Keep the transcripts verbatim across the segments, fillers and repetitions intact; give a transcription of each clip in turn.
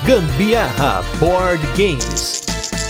Gambiarra Board Games.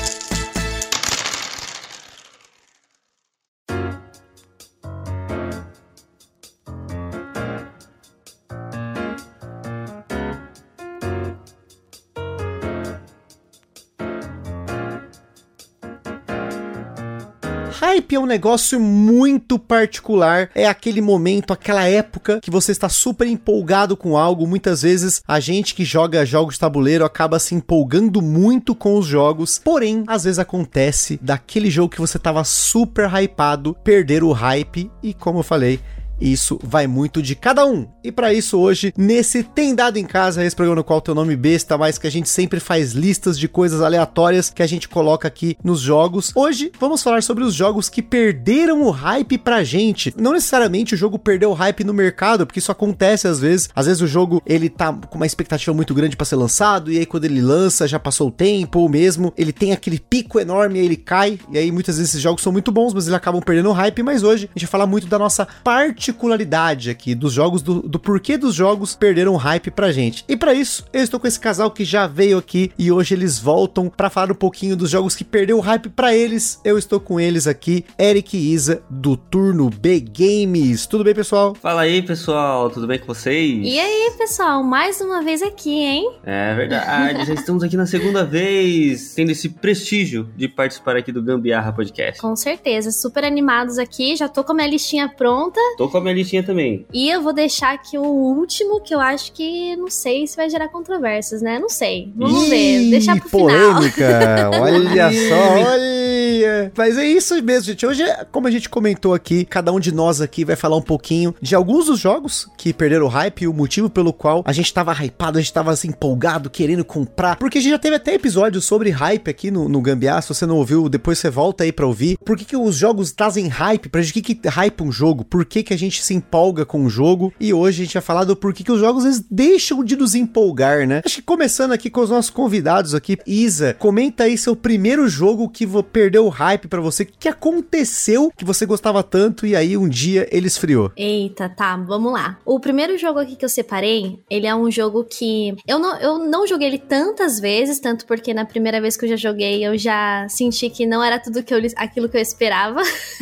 Hype é um negócio muito particular, é aquele momento, aquela época que você está super empolgado com algo. Muitas vezes a gente que joga jogos de tabuleiro acaba se empolgando muito com os jogos, porém, às vezes acontece daquele jogo que você estava super hypado, perder o hype e, como eu falei, isso vai muito de cada um. E pra isso hoje, nesse Tem Dado em Casa, esse programa no qual teu nome besta, mas que a gente sempre faz listas de coisas aleatórias que a gente coloca aqui nos jogos. Hoje vamos falar sobre os jogos que perderam o hype pra gente. Não necessariamente o jogo perdeu o hype no mercado, porque isso acontece às vezes. Às vezes o jogo ele tá com uma expectativa muito grande pra ser lançado, e aí quando ele lança já passou o tempo, ou mesmo ele tem aquele pico enorme e aí ele cai, e aí muitas vezes esses jogos são muito bons, mas eles acabam perdendo o hype. Mas hoje a gente vai falar muito da nossa parte particularidade aqui dos jogos, do, do porquê dos jogos perderam hype pra gente. E pra isso, eu estou com esse casal que já veio aqui e hoje eles voltam pra falar um pouquinho dos jogos que perdeu o hype pra eles. Eu estou com eles aqui, Eric e Isa, do Turno B Games. Tudo bem, pessoal? Fala aí, pessoal, tudo bem com vocês? E aí, pessoal, mais uma vez aqui, hein? É verdade, já estamos aqui na segunda vez, tendo esse prestígio de participar aqui do Gambiarra Podcast. Com certeza, super animados aqui, já tô com a minha listinha pronta. Tô com a minha listinha também. E eu vou deixar aqui o último, que eu acho que, não sei se vai gerar controvérsias, né? Não sei, vamos Ih, ver, deixar pro polêmica. Final. Olha só, olha. Mas é isso mesmo, gente. Hoje, como a gente comentou aqui, cada um de nós aqui vai falar um pouquinho de alguns dos jogos que perderam o hype e o motivo pelo qual a gente tava hypado, a gente tava assim, empolgado, querendo comprar. Porque a gente já teve até episódios sobre hype aqui no, no Gambiarra. Se você não ouviu, depois você volta aí pra ouvir. Por que que os jogos trazem hype pra gente? O que que hype um jogo? Por que que a gente se empolga com o jogo? E hoje a gente vai falar do porquê que os jogos eles deixam de nos empolgar, né? Acho que começando aqui com os nossos convidados aqui. Isa, comenta aí seu primeiro jogo que perdeu o hype pra você. O que aconteceu que você gostava tanto e aí um dia ele esfriou? Eita, tá, vamos lá. O primeiro jogo aqui que eu separei, ele é um jogo que eu não, eu não joguei ele tantas vezes, tanto porque na primeira vez que eu já joguei, eu já senti que não era tudo que eu, aquilo que eu esperava.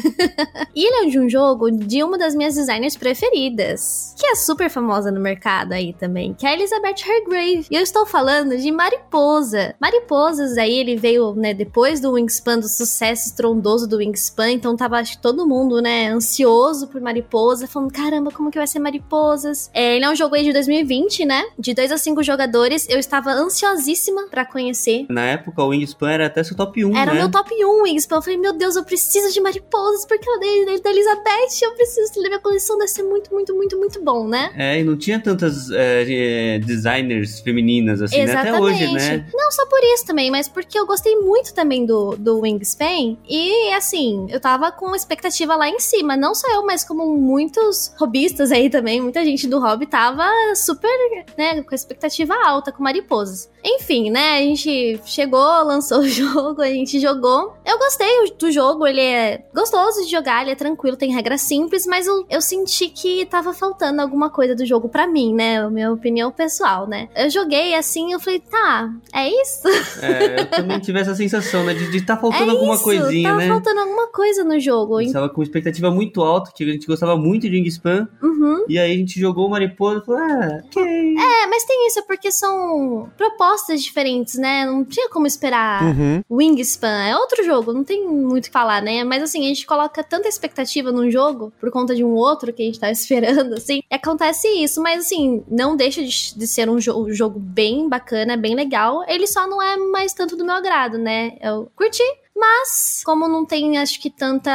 E ele é de um jogo de uma das minhas designers preferidas, que é super famosa no mercado aí também, que é a Elizabeth Hargrave. E eu estou falando de Mariposa. Mariposas aí, ele veio, né, depois do Wingspan, do sucesso estrondoso do Wingspan, então tava, acho que todo mundo, né, ansioso por Mariposa, falando, caramba, como que vai ser Mariposas? É, ele é um jogo aí de dois mil e vinte, né, de dois a cinco jogadores. Eu estava ansiosíssima pra conhecer. Na época, o Wingspan era até seu top um, Era né? o meu top um, Wingspan. Eu falei, meu Deus, eu preciso de Mariposas, porque eu dei da Elizabeth, eu preciso ler minha coleção, deve ser muito, muito, muito, muito bom, né? É, e não tinha tantas é, designers femininas assim, né? Até hoje, né? Não só por isso também, mas porque eu gostei muito também do, do Wingspan, e assim, eu tava com expectativa lá em cima, não só eu, mas como muitos hobbyistas aí também, muita gente do hobby tava super, né, com expectativa alta com Mariposas. Enfim, né, a gente chegou, lançou o jogo, a gente jogou. Eu gostei do jogo, ele é gostoso de jogar, ele é tranquilo, tem regras simples, mas eu, eu senti que tava faltando alguma coisa do jogo pra mim, né, a minha opinião pessoal, né. Eu joguei assim, eu falei, tá, é isso? É, eu também tive essa sensação, né, de, de tá faltando é alguma isso, coisinha, tá né. Tá faltando alguma coisa no jogo. A gente tava com expectativa muito alta, que a gente gostava muito de Wingspan, uhum. E aí a gente jogou o Mariposa e falou, ah, ok. É, mas tem isso, é porque são propostas diferentes, né, não tinha como esperar uhum. Wingspan, é outro jogo, não tem muito o que falar, né, mas assim, a gente coloca tanta expectativa num jogo, por conta de um outro que a gente tá esperando, assim, e acontece isso, mas assim, não deixa de, de ser um, jo- um jogo bem bacana, bem legal, ele só não é mais tanto do meu agrado, né, eu curti, mas como não tem, acho que tanta...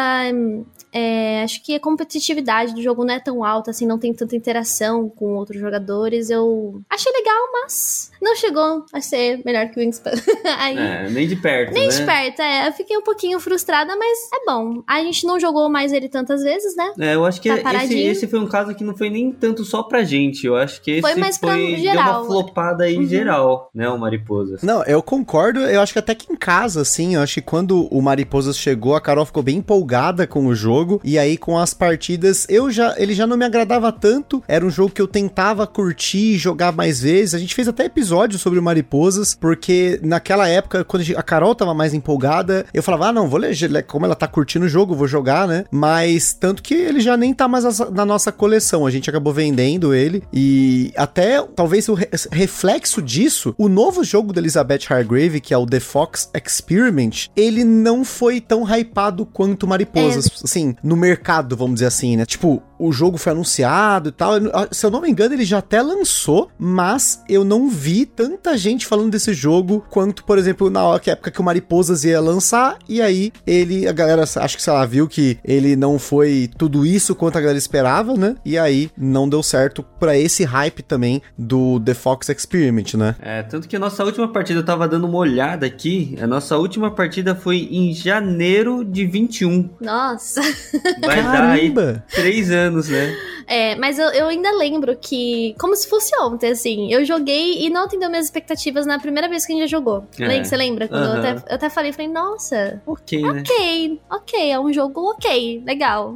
É, acho que a competitividade do jogo não é tão alta, assim, não tem tanta interação com outros jogadores. Eu achei legal, mas não chegou a ser melhor que o Wingspan. Aí, é, nem de perto, Nem né? de perto, é. Eu fiquei um pouquinho frustrada, mas é bom. A gente não jogou mais ele tantas vezes, né? É, eu acho que tá esse, esse foi um caso que não foi nem tanto só pra gente. Eu acho que esse foi, mais foi pra deu geral. uma flopada aí Uhum. geral, né, o Mariposas. Não, eu concordo. Eu acho que até que em casa, assim, eu acho que quando o Mariposas chegou, a Carol ficou bem empolgada com o jogo. jogo, e aí com as partidas, eu já, ele já não me agradava tanto, era um jogo que eu tentava curtir e jogar mais vezes, a gente fez até episódio sobre o Mariposas, porque naquela época, quando a Carol tava mais empolgada, eu falava, ah não, vou ler, como ela tá curtindo o jogo, vou jogar, né, mas tanto que ele já nem tá mais na nossa coleção, a gente acabou vendendo ele, e até, talvez o re- reflexo disso, o novo jogo da Elizabeth Hargrave, que é o The Fox Experiment, ele não foi tão hypado quanto Mariposas, é. assim, no mercado, vamos dizer assim, né? Tipo, o jogo foi anunciado e tal, se eu não me engano, ele já até lançou, mas eu não vi tanta gente falando desse jogo quanto, por exemplo, na época que o Mariposas ia lançar, e aí ele, a galera, acho que, sei lá, viu que ele não foi tudo isso quanto a galera esperava, né? E aí não deu certo pra esse hype também do The Fox Experiment, né? É, tanto que a nossa última partida, eu tava dando uma olhada aqui, a nossa última partida foi em janeiro de vinte e um. Nossa! Vai Caramba. dar aí três anos, né? É, mas eu, eu ainda lembro que, como se fosse ontem, assim, eu joguei e não atendeu minhas expectativas na primeira vez que a gente já jogou. É. Lembra? Você lembra? Quando Uhum. eu, até, eu até falei, falei, nossa, Ok, né? ok, ok, é um jogo ok, legal.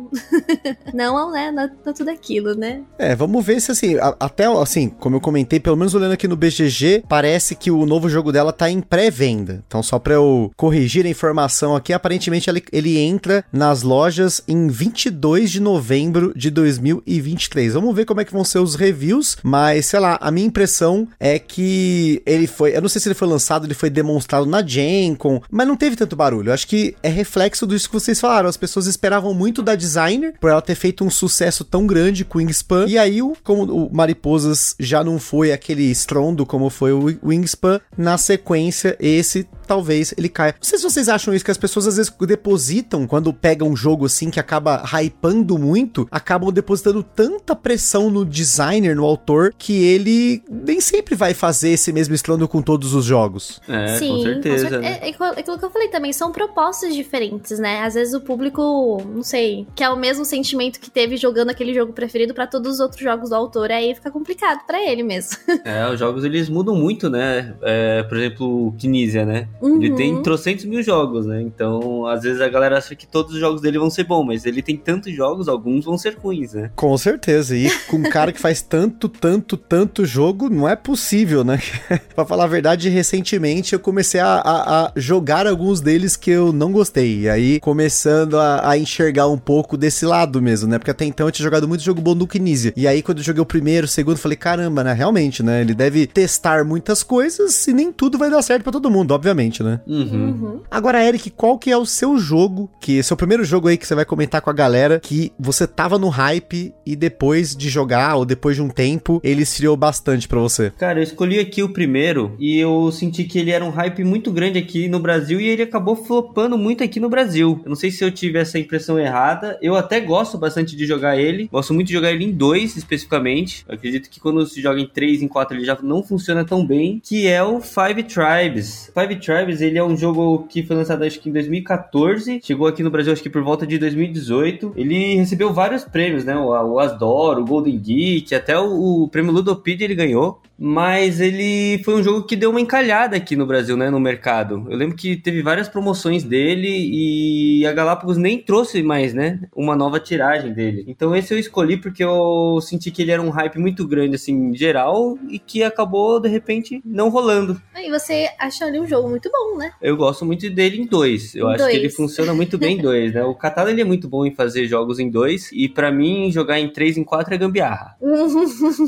Não, né, não é tudo aquilo, né? É, vamos ver se, assim, a, até, assim, como eu comentei, pelo menos olhando aqui no B G G, parece que o novo jogo dela tá em pré-venda. Então, só pra eu corrigir a informação aqui, aparentemente ele, ele entra nas lojas em vinte e dois de novembro de dois mil e vinte e três. Vamos ver como é que vão ser os reviews, mas, sei lá, a minha impressão é que ele foi, eu não sei se ele foi lançado, ele foi demonstrado na Gen Con, mas não teve tanto barulho. Eu acho que é reflexo disso que vocês falaram, as pessoas esperavam muito da designer, por ela ter feito um sucesso tão grande com o Wingspan, e aí, como o Mariposas já não foi aquele estrondo como foi o Wingspan, na sequência, esse talvez ele caia. Não sei se vocês acham isso, que as pessoas às vezes depositam, quando pegam um jogo assim, que acaba hypando muito, acabam depositando tanta pressão no designer, no autor, que ele nem sempre vai fazer esse mesmo estrondo com todos os jogos. É, Sim, com certeza. Com cer- né? é, é aquilo que eu falei também, são propostas diferentes, né? Às vezes o público, não sei, quer o mesmo sentimento que teve jogando aquele jogo preferido pra todos os outros jogos do autor, aí fica complicado pra ele mesmo. É, os jogos eles mudam muito, né? É, por exemplo, o Kinesia, né? Uhum. Ele tem trocentos mil jogos, né? Então, às vezes a galera acha que todos os jogos dele vão ser bons, mas ele tem tantos jogos, alguns vão ser ruins, né? Com certeza, e com um cara que faz tanto, tanto, tanto jogo, não é possível, né? Pra falar a verdade, recentemente eu comecei a, a, a jogar alguns deles que eu não gostei, e aí começando a, a enxergar um pouco desse lado mesmo, né? Porque até então eu tinha jogado muito jogo bom do Kinesia, e aí quando eu joguei o primeiro, o segundo, eu falei, caramba, né? Realmente, né? Ele deve testar muitas coisas e nem tudo vai dar certo pra todo mundo, obviamente, né? Uhum. Uhum. Agora, Eric, qual que é o seu jogo, que seu primeiro jogo aí que você vai comentar com a galera, que você tava no hype e depois de jogar, ou depois de um tempo, ele esfriou bastante pra você? Cara, eu escolhi aqui o primeiro e eu senti que ele era um hype muito grande aqui no Brasil e ele acabou flopando muito aqui no Brasil. Eu não sei se eu tive essa impressão errada. Eu até gosto bastante de jogar ele. Gosto muito de jogar ele em dois, especificamente. Eu acredito que quando se joga em três, em quatro, ele já não funciona tão bem. Que é o Five Tribes. Five Tribes, ele é um jogo que foi lançado acho que em dois mil e catorze. Chegou aqui no Brasil acho que por volta de dois mil e dezoito. Ele recebeu vários prêmios, né? O, o Asdor, o Golden Geek, até o, o prêmio Ludopedia ele ganhou. Mas ele foi um jogo que deu uma encalhada aqui no Brasil, né, no mercado. Eu lembro que teve várias promoções dele e a Galápagos nem trouxe mais, né, uma nova tiragem dele. Então esse eu escolhi porque eu senti que ele era um hype muito grande, assim, geral, e que acabou, de repente, não rolando. E você achou ali um jogo muito bom, né? Eu gosto muito dele em dois. Eu Em acho dois. que ele funciona muito bem em dois, né. O Catálogo, ele é muito bom em fazer jogos em dois, e pra mim, jogar em três, em quatro é gambiarra. Uhum.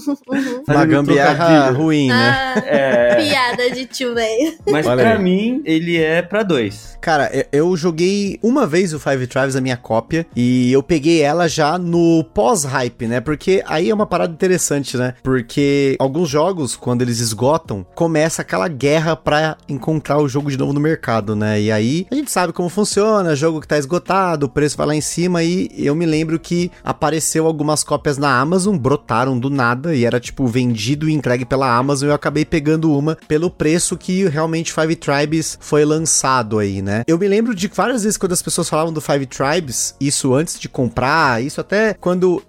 Uma gambiarra ruim, né? Ah, É. piada de tio velho. Mas Olha pra aí. mim, ele é pra dois. Cara, eu- eu joguei uma vez o Five Tribes, a minha cópia, e eu peguei ela já no pós-hype, né? Porque aí é uma parada interessante, né? Porque alguns jogos, quando eles esgotam, começa aquela guerra pra encontrar o jogo de novo no mercado, né? E aí a gente sabe como funciona, jogo que tá esgotado, o preço vai lá em cima, e eu me lembro que apareceu algumas cópias na Amazon, brotaram do nada, e era tipo vendido e entregue pela Amazon, e eu acabei pegando uma pelo preço que realmente Five Tribes foi lançado aí, né? Eu me lembro de várias vezes quando as pessoas falavam do Five Tribes, isso antes de comprar, isso até quando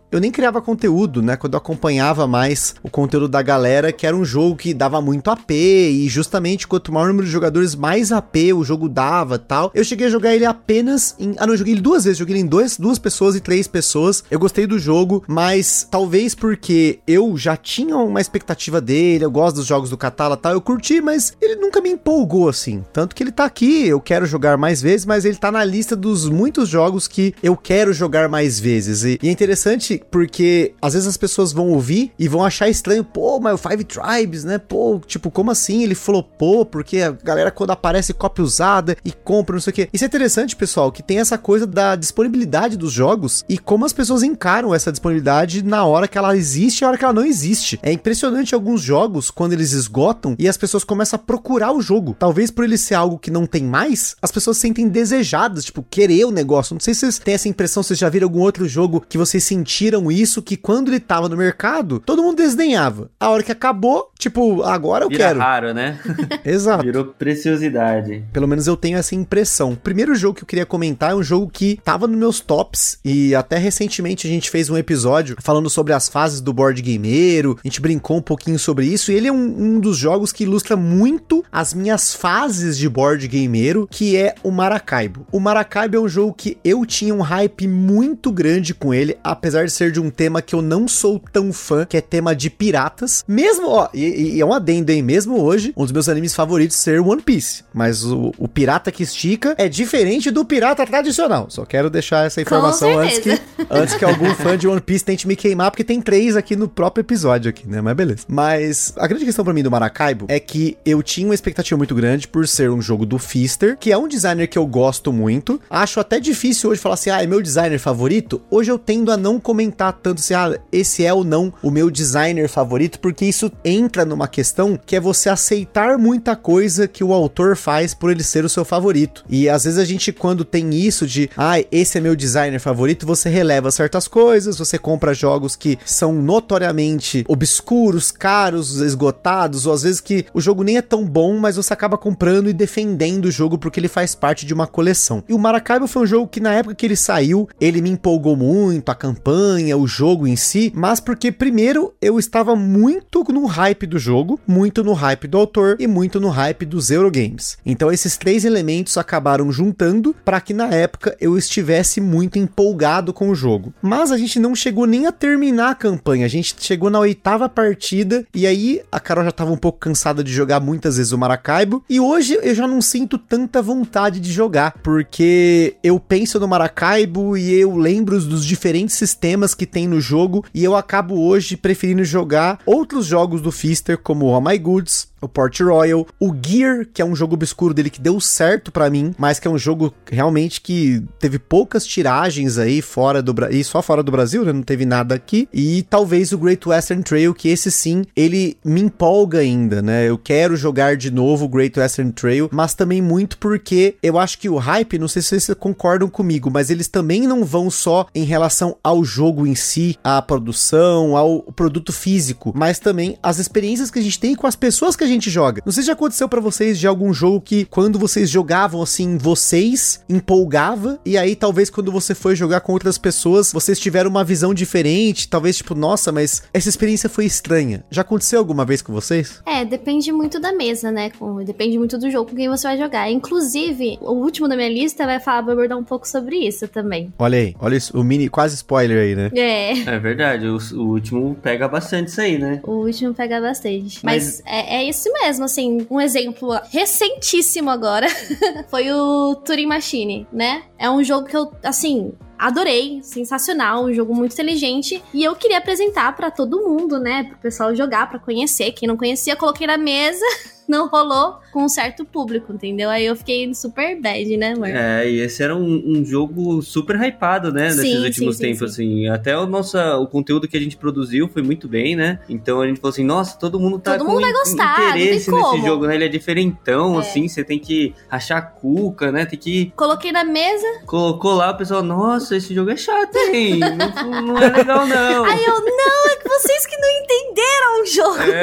eu nem criava conteúdo, né? Quando eu acompanhava mais o conteúdo da galera, que era um jogo que dava muito A P, e justamente quanto maior o número de jogadores, mais A P o jogo dava, tal. Eu cheguei a jogar ele apenas em... Ah, não, eu joguei ele duas vezes, joguei ele em dois, duas pessoas e três pessoas. Eu gostei do jogo, mas talvez porque eu já tinha uma expectativa dele, eu gosto dos jogos do Catala e tal, eu curti, mas ele nunca me empolgou, assim. Tanto que ele tá aqui, eu quero jogar mais vezes, mas ele tá na lista dos muitos jogos que eu quero jogar mais vezes. E, e é interessante porque às vezes as pessoas vão ouvir e vão achar estranho, pô, mas o Five Tribes, né? Pô, tipo, como assim? Ele flopou, porque a galera quando aparece cópia usada e compra, não sei o quê. Isso é interessante, pessoal, que tem essa coisa da disponibilidade dos jogos e como as pessoas encaram essa disponibilidade na hora que ela existe e na hora que ela não existe. É impressionante alguns jogos, quando eles esgotam e as pessoas começam a procurar o jogo. Talvez por ele ser algo que não tem mais, as pessoas se sentem desejadas, tipo, querer o negócio. Não sei se vocês têm essa impressão, se vocês já viram algum outro jogo que vocês sentiram isso, que quando ele tava no mercado, todo mundo desdenhava. A hora que acabou, tipo, agora eu Vira quero. raro, né? Exato. Virou preciosidade. Pelo menos eu tenho essa impressão. O primeiro jogo que eu queria comentar é um jogo que tava nos meus tops e até recentemente a gente fez um episódio falando sobre as fases do board gameiro, a gente brincou um pouquinho sobre isso e ele é um, um dos jogos que ilustra muito as minhas fases de board gameiro, que é o Maracaibo. O Maracaibo é um jogo que eu tinha um hype muito grande com ele, apesar de ser de um tema que eu não sou tão fã, que é tema de piratas. Mesmo, ó, e, e é um adendo, hein, mesmo hoje, um dos meus animes favoritos ser One Piece, mas o, o pirata que estica é diferente do pirata tradicional. Só quero deixar essa informação antes que, antes que algum fã de One Piece tente me queimar, porque tem três aqui no próprio episódio aqui, né, mas beleza. Mas a grande questão pra mim do Maracaibo é que eu tinha uma expectativa muito grande por ser um jogo do Pfister, que é um designer que eu gosto muito. Acho até difícil hoje falar assim, ah, é meu designer favorito. Hoje eu tendo a não comentar tanto se, ah, esse é ou não o meu designer favorito, porque isso entra numa questão que é você aceitar muita coisa que o autor faz por ele ser o seu favorito. E às vezes a gente, quando tem isso de, ah, esse é meu designer favorito, você releva certas coisas, você compra jogos que são notoriamente obscuros, caros, esgotados, ou às vezes que o jogo nem é tão bom, mas você acaba comprando e defendendo o jogo porque ele faz parte de uma coleção. E o Maracaibo foi um jogo que na época que ele saiu, ele me empolgou muito, a campanha, o jogo em si, mas porque primeiro eu estava muito no hype do jogo, muito no hype do autor e muito no hype dos Eurogames. Então esses três elementos acabaram juntando para que na época eu estivesse muito empolgado com o jogo. Mas a gente não chegou nem a terminar a campanha, a gente chegou na oitava partida e aí a Carol já estava um pouco cansada de jogar muitas vezes o Maracaibo e hoje eu já não sinto tanta vontade de jogar, porque eu penso no Maracaibo e eu lembro dos diferentes sistemas que tem no jogo e eu acabo hoje preferindo jogar outros jogos do Pfister como Oh My Goods, o Port Royal, o Gear, que é um jogo obscuro dele que deu certo pra mim, mas que é um jogo realmente que teve poucas tiragens aí fora do Brasil, e só fora do Brasil, né? Não teve nada aqui. E talvez o Great Western Trail, que esse sim, ele me empolga ainda, né? Eu quero jogar de novo o Great Western Trail, mas também muito porque eu acho que o hype, não sei se vocês concordam comigo, mas eles também não vão só em relação ao jogo em si, à produção, ao produto físico, mas também as experiências que a gente tem com as pessoas que a gente joga. Não sei se já aconteceu pra vocês de algum jogo que quando vocês jogavam assim, vocês empolgava e aí talvez quando você foi jogar com outras pessoas, vocês tiveram uma visão diferente, talvez tipo, nossa, mas essa experiência foi estranha. Já aconteceu alguma vez com vocês? É, depende muito da mesa, né? Com, depende muito do jogo com quem você vai jogar. Inclusive, o último da minha lista vai falar, vai abordar um pouco sobre isso também. Olha aí, olha isso, o mini, quase spoiler aí, né? É. É verdade, o, o último pega bastante isso aí, né? O último pega bastante. Mas, Mas é, é isso mesmo, assim, um exemplo recentíssimo agora foi o Turing Machine, né? É um jogo que eu, assim, adorei, sensacional, um jogo muito inteligente e eu queria apresentar pra todo mundo, né, pro pessoal jogar, pra conhecer. Quem não conhecia, coloquei na mesa, não rolou com um certo público, entendeu? Aí eu fiquei super bad, né, amor? É, e esse era um, um jogo super hypado, né, nesses sim, últimos sim, tempos, sim, assim. Até o nosso, o conteúdo que a gente produziu foi muito bem, né? Então a gente falou assim, nossa, todo mundo tá todo com mundo vai gostar, interesse não tem nesse como. jogo, né? Ele é diferentão, É. assim, você tem que achar a cuca, né? Tem que... Coloquei na mesa. Colocou lá, o pessoal, nossa, esse jogo é chato, hein? não, não é legal, não. Aí eu, não, é que vocês que não entenderam o jogo. É,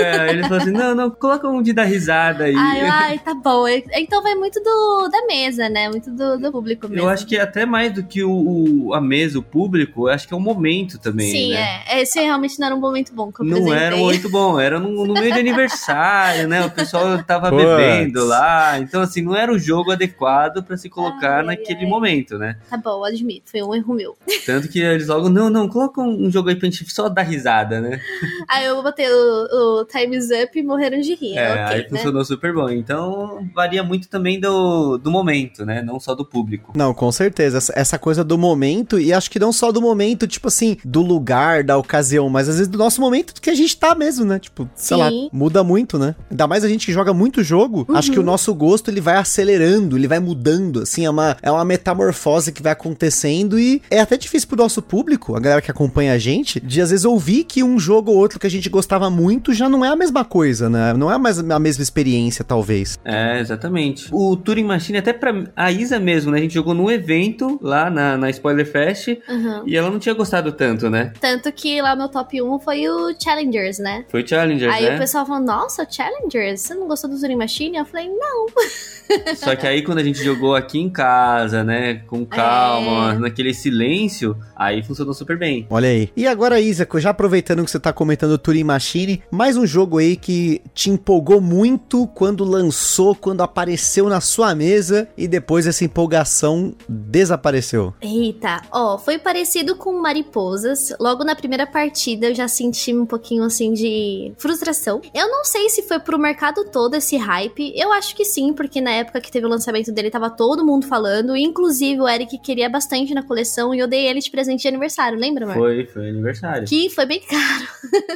É, ele falou assim, não, não, coloca um de dar risada aí. Ai, ai, tá bom. Então vai muito do, da mesa, né? Muito do, do público mesmo. Eu acho que até mais do que o, o, a mesa, o público, eu acho que é o momento também, Sim, né? é. Esse realmente não era um momento bom que eu Não apresentei. era um momento bom, era no, no meio de aniversário, né? O pessoal tava Puts. bebendo lá, então assim, não era o jogo adequado pra se colocar Ai, naquele ai. momento, né? Tá bom, admito, foi um erro meu. Tanto que eles logo, não, não, coloca um, um jogo aí pra gente só dar risada, né? Aí eu botei o, o Time's Up e morreram de rir. É, ok, aí né? funcionou super bom. Então, varia muito também do, do momento, né? Não só do público. Não, com certeza. Essa, essa coisa do momento, e acho que não só do momento, tipo assim, do lugar, da ocasião, mas às vezes do nosso momento que a gente tá mesmo, né? Tipo, sei Sim. lá, muda muito, né? Ainda mais a gente que joga muito jogo, Uhum. acho que o nosso gosto, ele vai acelerando, ele vai mudando, assim, é uma, é uma metamorfose que vai acontecendo e é até difícil pro nosso público, a galera que acompanha a gente, de às vezes ouvir que um jogo ou outro que a gente gostava muito já não é a mesma coisa, né? Não é mais a mesma experiência, talvez. É, exatamente. O Turing Machine, até pra a Isa mesmo, né? A gente jogou num evento lá na, na Spoiler Fest Uhum. e ela não tinha gostado tanto, né? Tanto que lá meu top um foi o Challengers, né? Foi Challengers, Aí né? o pessoal falou, nossa, Challengers, você não gostou do Turing Machine? Eu falei, não. Só que aí quando a gente jogou aqui em casa, né? Com calma, É. naquele silêncio, aí funcionou super bem. Olha aí. E agora, Isa, já aproveitando que você tá comentando o Turing Machine, mais um jogo aí que te empolgou muito quando lançou, quando apareceu na sua mesa e depois essa empolgação desapareceu. Eita, ó, foi parecido com Mariposas. Logo na primeira partida eu já senti um pouquinho assim de frustração. Eu não sei se foi pro mercado todo esse hype. Eu acho que sim, porque na época que teve o lançamento dele tava todo mundo falando. Inclusive o Eric queria bastante na coleção e eu dei ele de presente de aniversário, lembra, amor? Foi, foi aniversário. Que foi bem caro.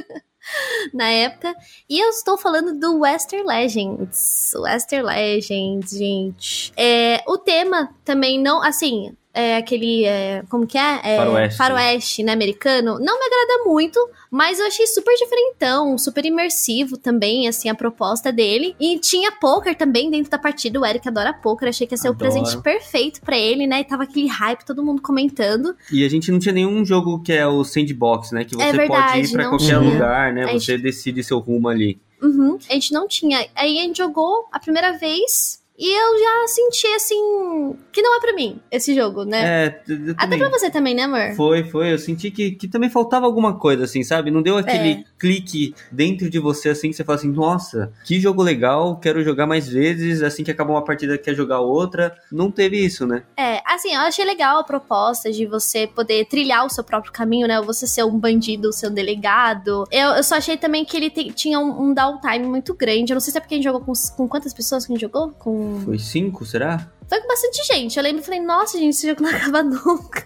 Na época. E eu estou falando do Western Legends. Western Legends, gente. É, o tema também não, assim, é aquele, é, como que é? é Faroeste. Faroeste, né, americano. Não me agrada muito, mas eu achei super diferentão, super imersivo também, assim, a proposta dele. E tinha poker também dentro da partida. O Eric adora poker, achei que ia ser Adoro. o presente perfeito pra ele, né? E tava aquele hype, todo mundo comentando. E a gente não tinha nenhum jogo que é o sandbox, né? Que você É verdade, pode ir pra não qualquer tinha. lugar, né? A Você decide seu rumo ali. Uhum, a gente não tinha. Aí a gente jogou a primeira vez e eu já senti, assim, que não é pra mim esse jogo, né? É, eu Até também. pra você também, né, amor? Foi, foi. Eu senti que, que também faltava alguma coisa, assim, sabe? Não deu aquele É. clique dentro de você, assim, que você fala assim, nossa, que jogo legal, quero jogar mais vezes, assim que acaba uma partida, quer jogar outra. Não teve isso, né? É, assim, eu achei legal a proposta de você poder trilhar o seu próprio caminho, né? Você ser um bandido, seu delegado. Eu, eu só achei também que ele te- tinha um, um downtime muito grande. Eu não sei se é porque a gente jogou com, com quantas pessoas que a gente jogou? Com... Foi cinco, será? Foi com bastante gente. Eu lembro e falei, nossa, gente, esse jogo não acaba nunca.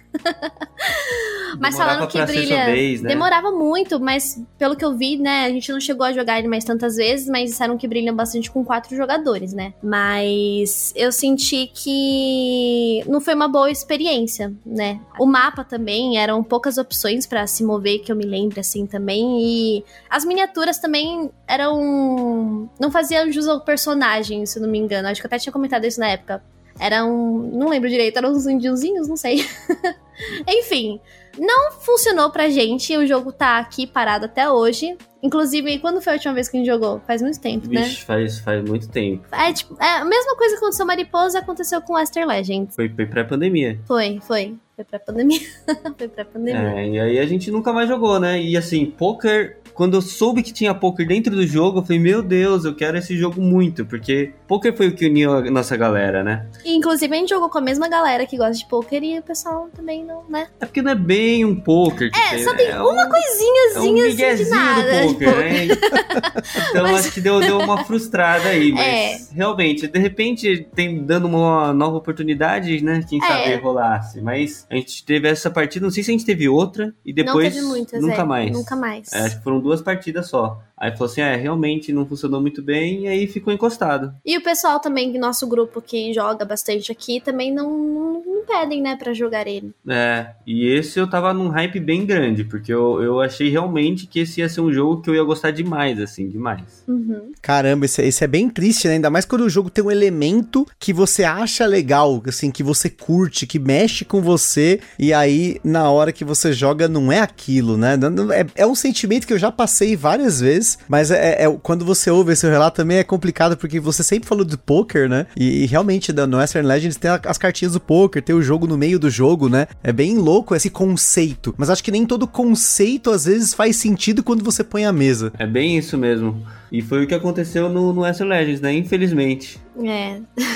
Mas Demorava falando que pra ser brilha. sua vez, né? Demorava muito, mas pelo que eu vi, né? A gente não chegou a jogar ele mais tantas vezes, mas disseram que brilha bastante com quatro jogadores, né? Mas eu senti que não foi uma boa experiência, né? O mapa também eram poucas opções pra se mover, que eu me lembro assim também. E as miniaturas também eram. Não faziam jus ao personagem, se eu não me engano. Acho que eu até tinha comentado isso na época. Eram. Não lembro direito, eram uns indiozinhos, não sei. Enfim, não funcionou pra gente. O jogo tá aqui parado até hoje. Inclusive, quando foi a última vez que a gente jogou? Faz muito tempo, né? Vixe, faz, faz muito tempo. É, tipo, é, a mesma coisa que aconteceu com Mariposa aconteceu com Western Legends. Foi, foi pré-pandemia. Foi, foi. Foi pra pandemia. Foi pra pandemia. É, e aí a gente nunca mais jogou, né? E assim, poker, quando eu soube que tinha poker dentro do jogo, eu falei, meu Deus, eu quero esse jogo muito, porque poker foi o que uniu a nossa galera, né? E, inclusive, a gente jogou com a mesma galera que gosta de poker e o pessoal também não, né? É porque não é bem um poker. Que É, tem, só tem é uma um, coisinhazinha é um assim de miguezinho nada. do de poker, poker. né? Então Mas- acho que deu, deu uma frustrada aí, mas É. realmente, de repente, tem dando uma nova oportunidade, né? Quem É. sabe rolasse. Mas a gente teve essa partida, não sei se a gente teve outra, e depois não teve muitas, nunca é, mais. Nunca mais. É, acho que foram duas partidas só. Aí falou assim, é, realmente não funcionou muito bem, e aí ficou encostado. E o pessoal também, nosso grupo que joga bastante aqui, também não, não, não pedem, né, pra jogar ele. É, e esse eu tava num hype bem grande, porque eu, eu achei realmente que esse ia ser um jogo que eu ia gostar demais, assim, demais. Uhum. Caramba, esse, esse é bem triste, né? Ainda mais quando o jogo tem um elemento que você acha legal, assim, que você curte, que mexe com você, e aí, na hora que você joga, não é aquilo, né? É, é um sentimento que eu já passei várias vezes, mas é, é, quando você ouve esse relato também é complicado, porque você sempre falou do poker, né? E, e realmente, no Western Legends tem as cartinhas do poker, tem o jogo no meio do jogo, né? É bem louco esse conceito, mas acho que nem todo conceito, às vezes, faz sentido quando você põe à mesa. É bem isso mesmo. E foi o que aconteceu no, no Western Legends, né? Infelizmente. É...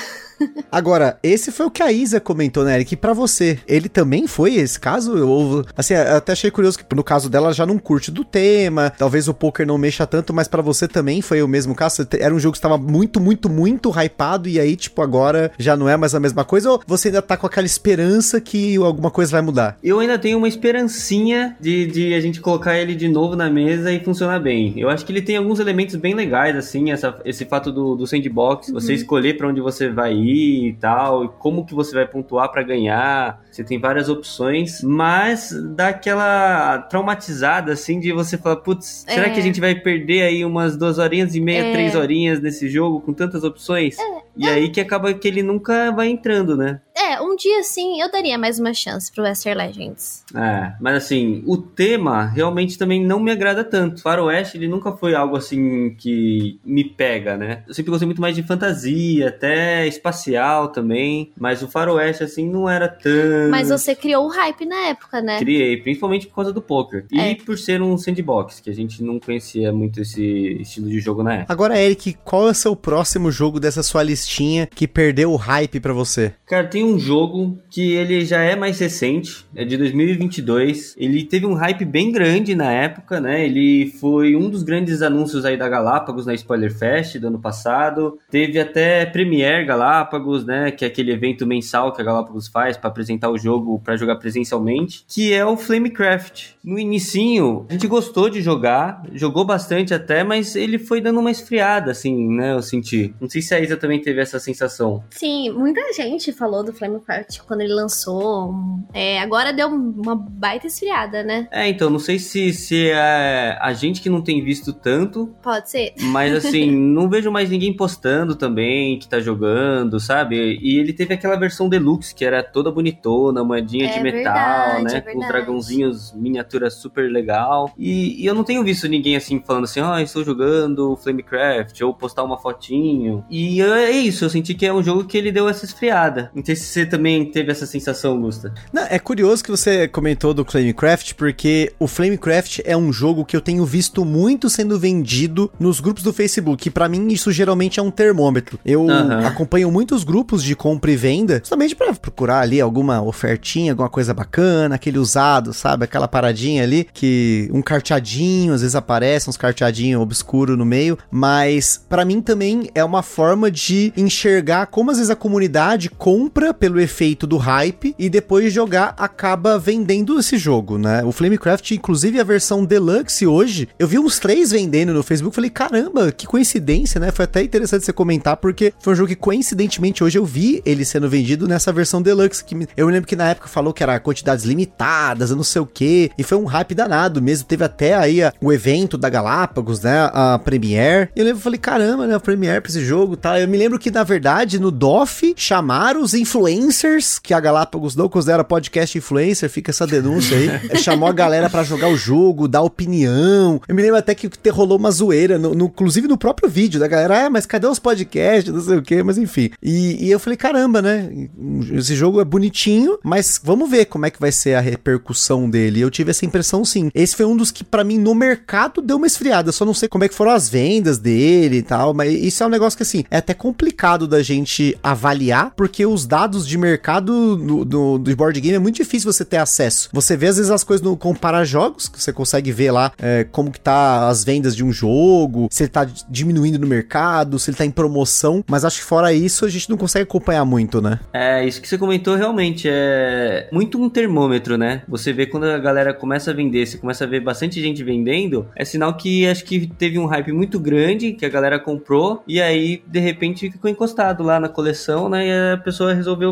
Agora, esse foi o que a Isa comentou, né, Eric? Pra você, ele também foi esse caso? Ou, assim, eu até achei curioso que no caso dela, ela já não curte do tema, talvez o poker não mexa tanto, mas pra você também foi o mesmo caso? Era um jogo que estava muito, muito, muito hypado e aí, tipo, agora já não é mais a mesma coisa? Ou você ainda tá com aquela esperança que alguma coisa vai mudar? Eu ainda tenho uma esperancinha de, de a gente colocar ele de novo na mesa e funcionar bem. Eu acho que ele tem alguns elementos bem legais, assim, essa, esse fato do, do sandbox, uhum. Você escolher pra onde você vai ir e tal, e como que você vai pontuar pra ganhar, você tem várias opções, mas dá aquela traumatizada, assim, de você falar, putz, é. será que a gente vai perder aí umas duas horinhas e meia, é. três horinhas nesse jogo com tantas opções? É. E é. aí que acaba que ele nunca vai entrando, né? É, um dia sim eu daria mais uma chance pro Western Legends. É, mas assim, o tema realmente também não me agrada tanto. Faroeste, ele nunca foi algo assim que me pega, né? Eu sempre gostei muito mais de fantasia, até espacial também, mas o Faroeste, assim, não era tão... Mas você criou o hype na época, né? Criei, principalmente por causa do poker. E é. por ser um sandbox, que a gente não conhecia muito esse estilo de jogo na época. Agora, Eric, qual é o seu próximo jogo dessa sua listinha que perdeu o hype pra você? Cara, tem um jogo que ele já é mais recente, é de dois mil e vinte e dois. Ele teve um hype bem grande na época, né? Ele foi um dos grandes anúncios aí da Galápagos na Spoiler Fest do ano passado. Teve até Premiere Galápagos, né? Que é aquele evento mensal que a Galápagos faz para apresentar o jogo, para jogar presencialmente, que é o Flamecraft. No inicinho, a gente gostou de jogar, jogou bastante até, mas ele foi dando uma esfriada, assim, né? Eu senti. Não sei se a Isa também teve essa sensação. Sim, muita gente falou do Flamecraft quando ele lançou. É, agora deu uma baita esfriada, né? É, então, não sei se, se é a gente que não tem visto tanto. Pode ser. Mas, assim, não vejo mais ninguém postando também que tá jogando, sabe? E ele teve aquela versão deluxe, que era toda bonitona, moedinha é de metal, verdade, né? É com os dragãozinhos, miniatura super legal. E, e eu não tenho visto ninguém, assim, falando assim, ó, oh, estou jogando Flamecraft, ou postar uma fotinho. E é isso, eu senti que é um jogo que ele deu essa esfriada. Não sei se você também teve essa sensação, Gusta. Não, é curioso que você comentou do Flamecraft, porque o Flamecraft é um jogo que eu tenho visto muito sendo vendido nos grupos do Facebook, e pra mim isso geralmente é um termômetro. Eu uhum. acompanho muitos grupos de compra e venda, justamente pra procurar ali alguma ofertinha, alguma coisa bacana, aquele usado, sabe? Aquela paradinha ali, que um carteadinho, às vezes aparece, uns carteadinhos obscuros no meio, mas pra mim também é uma forma de enxergar como às vezes a comunidade compra pelo efeito do hype e depois de jogar acaba vendendo esse jogo, né? O Flamecraft, inclusive a versão Deluxe hoje, eu vi uns três vendendo no Facebook, falei, caramba, que coincidência, né? Foi até interessante você comentar, porque foi um jogo que coincidentemente hoje eu vi ele sendo vendido nessa versão Deluxe, que eu me lembro que na época falou que era quantidades limitadas, eu não sei o que, e foi um hype danado mesmo, teve até aí a, o evento da Galápagos, né? A Premiere, e eu lembro, falei, caramba, né? A Premiere pra esse jogo e tal. Eu me lembro que na verdade no D O F chamaram os influencers, que a Galápagos não considera podcast influencer, fica essa denúncia aí, chamou a galera pra jogar o jogo, dar opinião. Eu me lembro até que rolou uma zoeira, no, no, inclusive no próprio vídeo da galera, ah, mas cadê os podcasts, não sei o que, mas enfim. E, e eu falei, caramba, né, esse jogo é bonitinho, mas vamos ver como é que vai ser a repercussão dele. Eu tive essa impressão, sim. Esse foi um dos que pra mim no mercado deu uma esfriada, eu só não sei como é que foram as vendas dele e tal, mas isso é um negócio que assim, é até complicado da gente avaliar, porque os dados de mercado do, do, do board game é muito difícil você ter acesso. Você vê às vezes as coisas no comparar jogos, que você consegue ver lá é, como que tá as vendas de um jogo, se ele tá diminuindo no mercado, se ele tá em promoção, mas acho que fora isso a gente não consegue acompanhar muito, né? É, isso que você comentou realmente é muito um termômetro, né? Você vê quando a galera começa a vender, você começa a ver bastante gente vendendo, é sinal que acho que teve um hype muito grande, que a galera comprou, e aí de repente ficou encostado lá na coleção, né? E a pessoa resolveu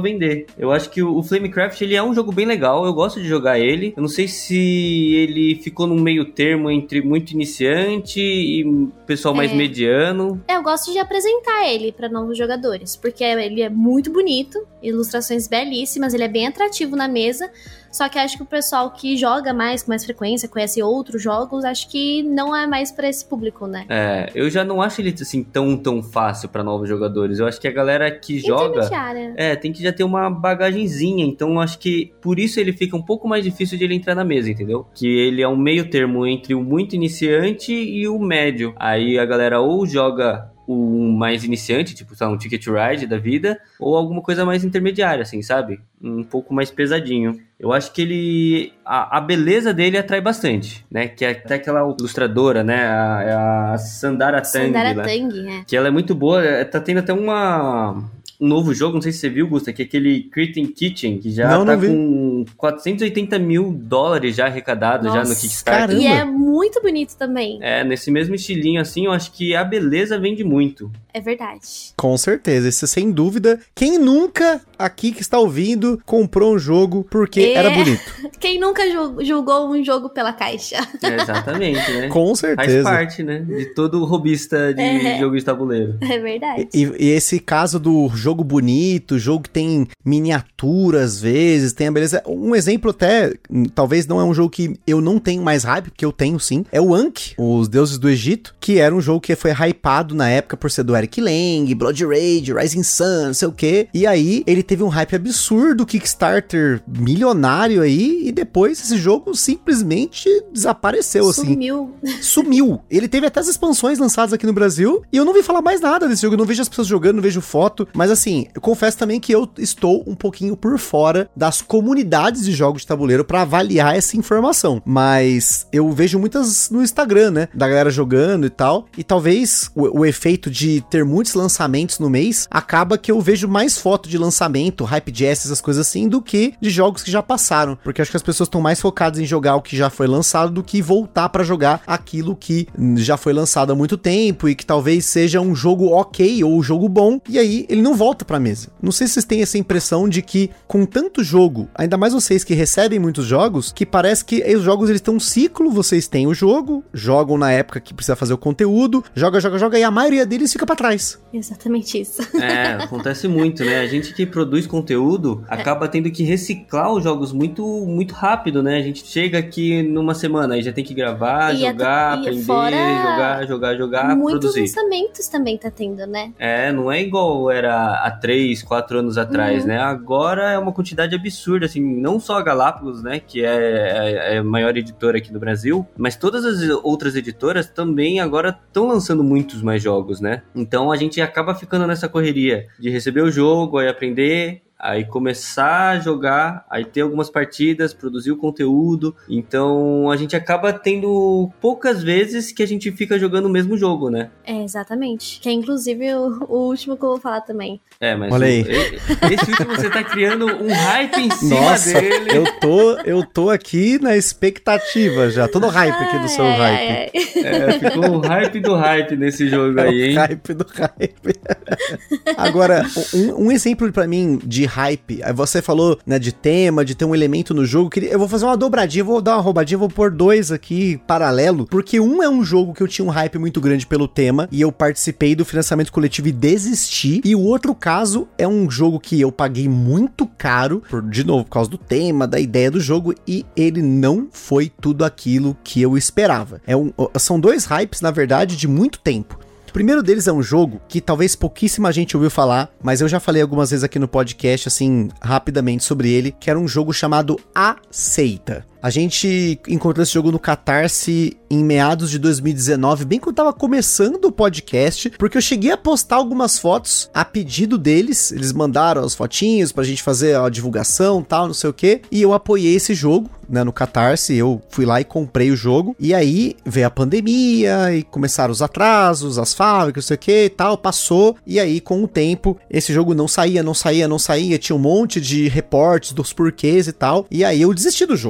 vender. Eu acho que o Flamecraft, ele é um jogo bem legal, eu gosto de jogar ele. Eu não sei se ele ficou num meio termo entre muito iniciante e pessoal mais É. mediano. Eu gosto de apresentar ele pra novos jogadores, porque ele é muito bonito, ilustrações belíssimas, ele é bem atrativo na mesa, só que acho que o pessoal que joga mais, com mais frequência, conhece outros jogos, acho que não é mais pra esse público, né? É, eu já não acho ele assim tão, tão fácil pra novos jogadores. Eu acho que a galera que joga... Intermediária. É, tem que já ter uma bagagenzinha, então eu acho que por isso ele fica um pouco mais difícil de ele entrar na mesa, entendeu? Que ele é um meio termo entre o muito iniciante e o médio. Aí a galera ou joga o mais iniciante, tipo, sei lá, um Ticket Ride da vida, ou alguma coisa mais intermediária, assim, sabe? Um pouco mais pesadinho. Eu acho que ele... A, a beleza dele atrai bastante, né? Que é até aquela ilustradora, né? A, a Sandara Tang, Sandara lá, Tang, né? que ela é muito boa. Tá tendo até uma... um novo jogo, não sei se você viu, Gusta, que é aquele Creating Kitchen, que já Não, tá não vi. com quatrocentos e oitenta mil dólares já arrecadados já no Nossa, Kickstarter. caramba. E é muito bonito também. É, nesse mesmo estilinho assim, eu acho que a beleza vende muito. É verdade. Com certeza, esse sem dúvida. Quem nunca aqui que está ouvindo comprou um jogo porque É. era bonito? Quem nunca jul- julgou um jogo pela caixa? É, exatamente, né? Com Faz certeza. parte, né? De todo robista de É. jogo de tabuleiro. É verdade. E, e esse caso do jogo bonito, jogo que tem miniatura às vezes, tem a beleza. Um exemplo até, hum, talvez não é um jogo que eu não tenho mais hype, porque eu tenho sim, é o Ankh, Os Deuses do Egito, que era um jogo que foi hypado na época por ser do Eric Lang, Blood Rage, Rising Sun, não sei o quê. E aí ele teve um hype absurdo, Kickstarter milionário aí, e depois esse jogo simplesmente desapareceu, assim. Sumiu. Sumiu. Ele teve até as expansões lançadas aqui no Brasil e eu não vi falar mais nada desse jogo. Eu não vejo as pessoas jogando, não vejo foto. Mas assim, eu confesso também que eu estou um pouquinho por fora das comunidades de jogos de tabuleiro pra avaliar essa informação. Mas eu vejo muitas no Instagram, né? Da galera jogando e tal. E talvez o, o efeito de ter muitos lançamentos no mês acaba que eu vejo mais foto de lançamento, Hype Jazz, essas coisas assim, do que de jogos que já passaram. Porque acho que as pessoas estão mais focadas em jogar o que já foi lançado do que voltar pra jogar aquilo que já foi lançado há muito tempo e que talvez seja um jogo ok ou um jogo bom, e aí ele não volta pra mesa. Não sei se vocês têm essa impressão de que com tanto jogo, ainda mais vocês que recebem muitos jogos, que parece que os jogos eles têm um ciclo, vocês têm o jogo, jogam na época que precisa fazer o conteúdo, joga, joga, joga, e a maioria deles fica pra trás. Exatamente isso. É, acontece muito, né? A gente que produz conteúdo acaba tendo que reciclar os jogos muito, muito rápido, né? A gente chega aqui numa semana e já tem que gravar, E jogar, a- e aprender, fora jogar, jogar, jogar, Muitos produzir. lançamentos também tá tendo, né? É, não é igual era há três, quatro anos atrás, Uhum. né? Agora é uma quantidade absurda, assim, não só a Galápagos, né? Que é, é a maior editora aqui do Brasil, mas todas as outras editoras também agora estão lançando muitos mais jogos, né? Então a gente acaba ficando nessa correria de receber o jogo, aí aprender, aí começar a jogar, aí ter algumas partidas, produzir o conteúdo. Então a gente acaba tendo poucas vezes que a gente fica jogando o mesmo jogo, né? É, exatamente. Que é inclusive o, o último que eu vou falar também. É, mas Olha o- aí. e- esse último você tá criando um hype em cima Nossa, dele. eu tô, eu tô aqui na expectativa já, tô no hype aqui do seu Ai, hype. ai, ai. É, ficou um hype do hype nesse jogo É aí, o hein? hype do hype. Agora, um, um exemplo pra mim de hype, aí você falou, né, de tema, de ter um elemento no jogo, que eu vou fazer uma dobradinha, eu vou dar uma roubadinha, vou pôr dois aqui paralelo, porque um é um jogo que eu tinha um hype muito grande pelo tema, e eu participei do financiamento coletivo e desisti, e o outro caso é um jogo que eu paguei muito caro, por, de novo, por causa do tema, da ideia do jogo, e ele não foi tudo aquilo que eu esperava. É um, são dois hypes, na verdade, de muito tempo. O primeiro deles é um jogo que talvez pouquíssima gente ouviu falar, mas eu já falei algumas vezes aqui no podcast, assim, rapidamente sobre ele, que era um jogo chamado A Seita. A gente encontrou esse jogo no Catarse em meados de dois mil e dezenove, bem quando tava começando o podcast, porque eu cheguei a postar algumas fotos a pedido deles, eles mandaram as fotinhos pra gente fazer a divulgação e tal, não sei o que, e eu apoiei esse jogo, né, no Catarse, eu fui lá e comprei o jogo, e aí veio a pandemia, e começaram os atrasos, as fábricas, não sei o que e tal, passou, e aí com o tempo, esse jogo não saía, não saía, não saía, tinha um monte de reportes dos porquês e tal, e aí eu desisti do jogo, eu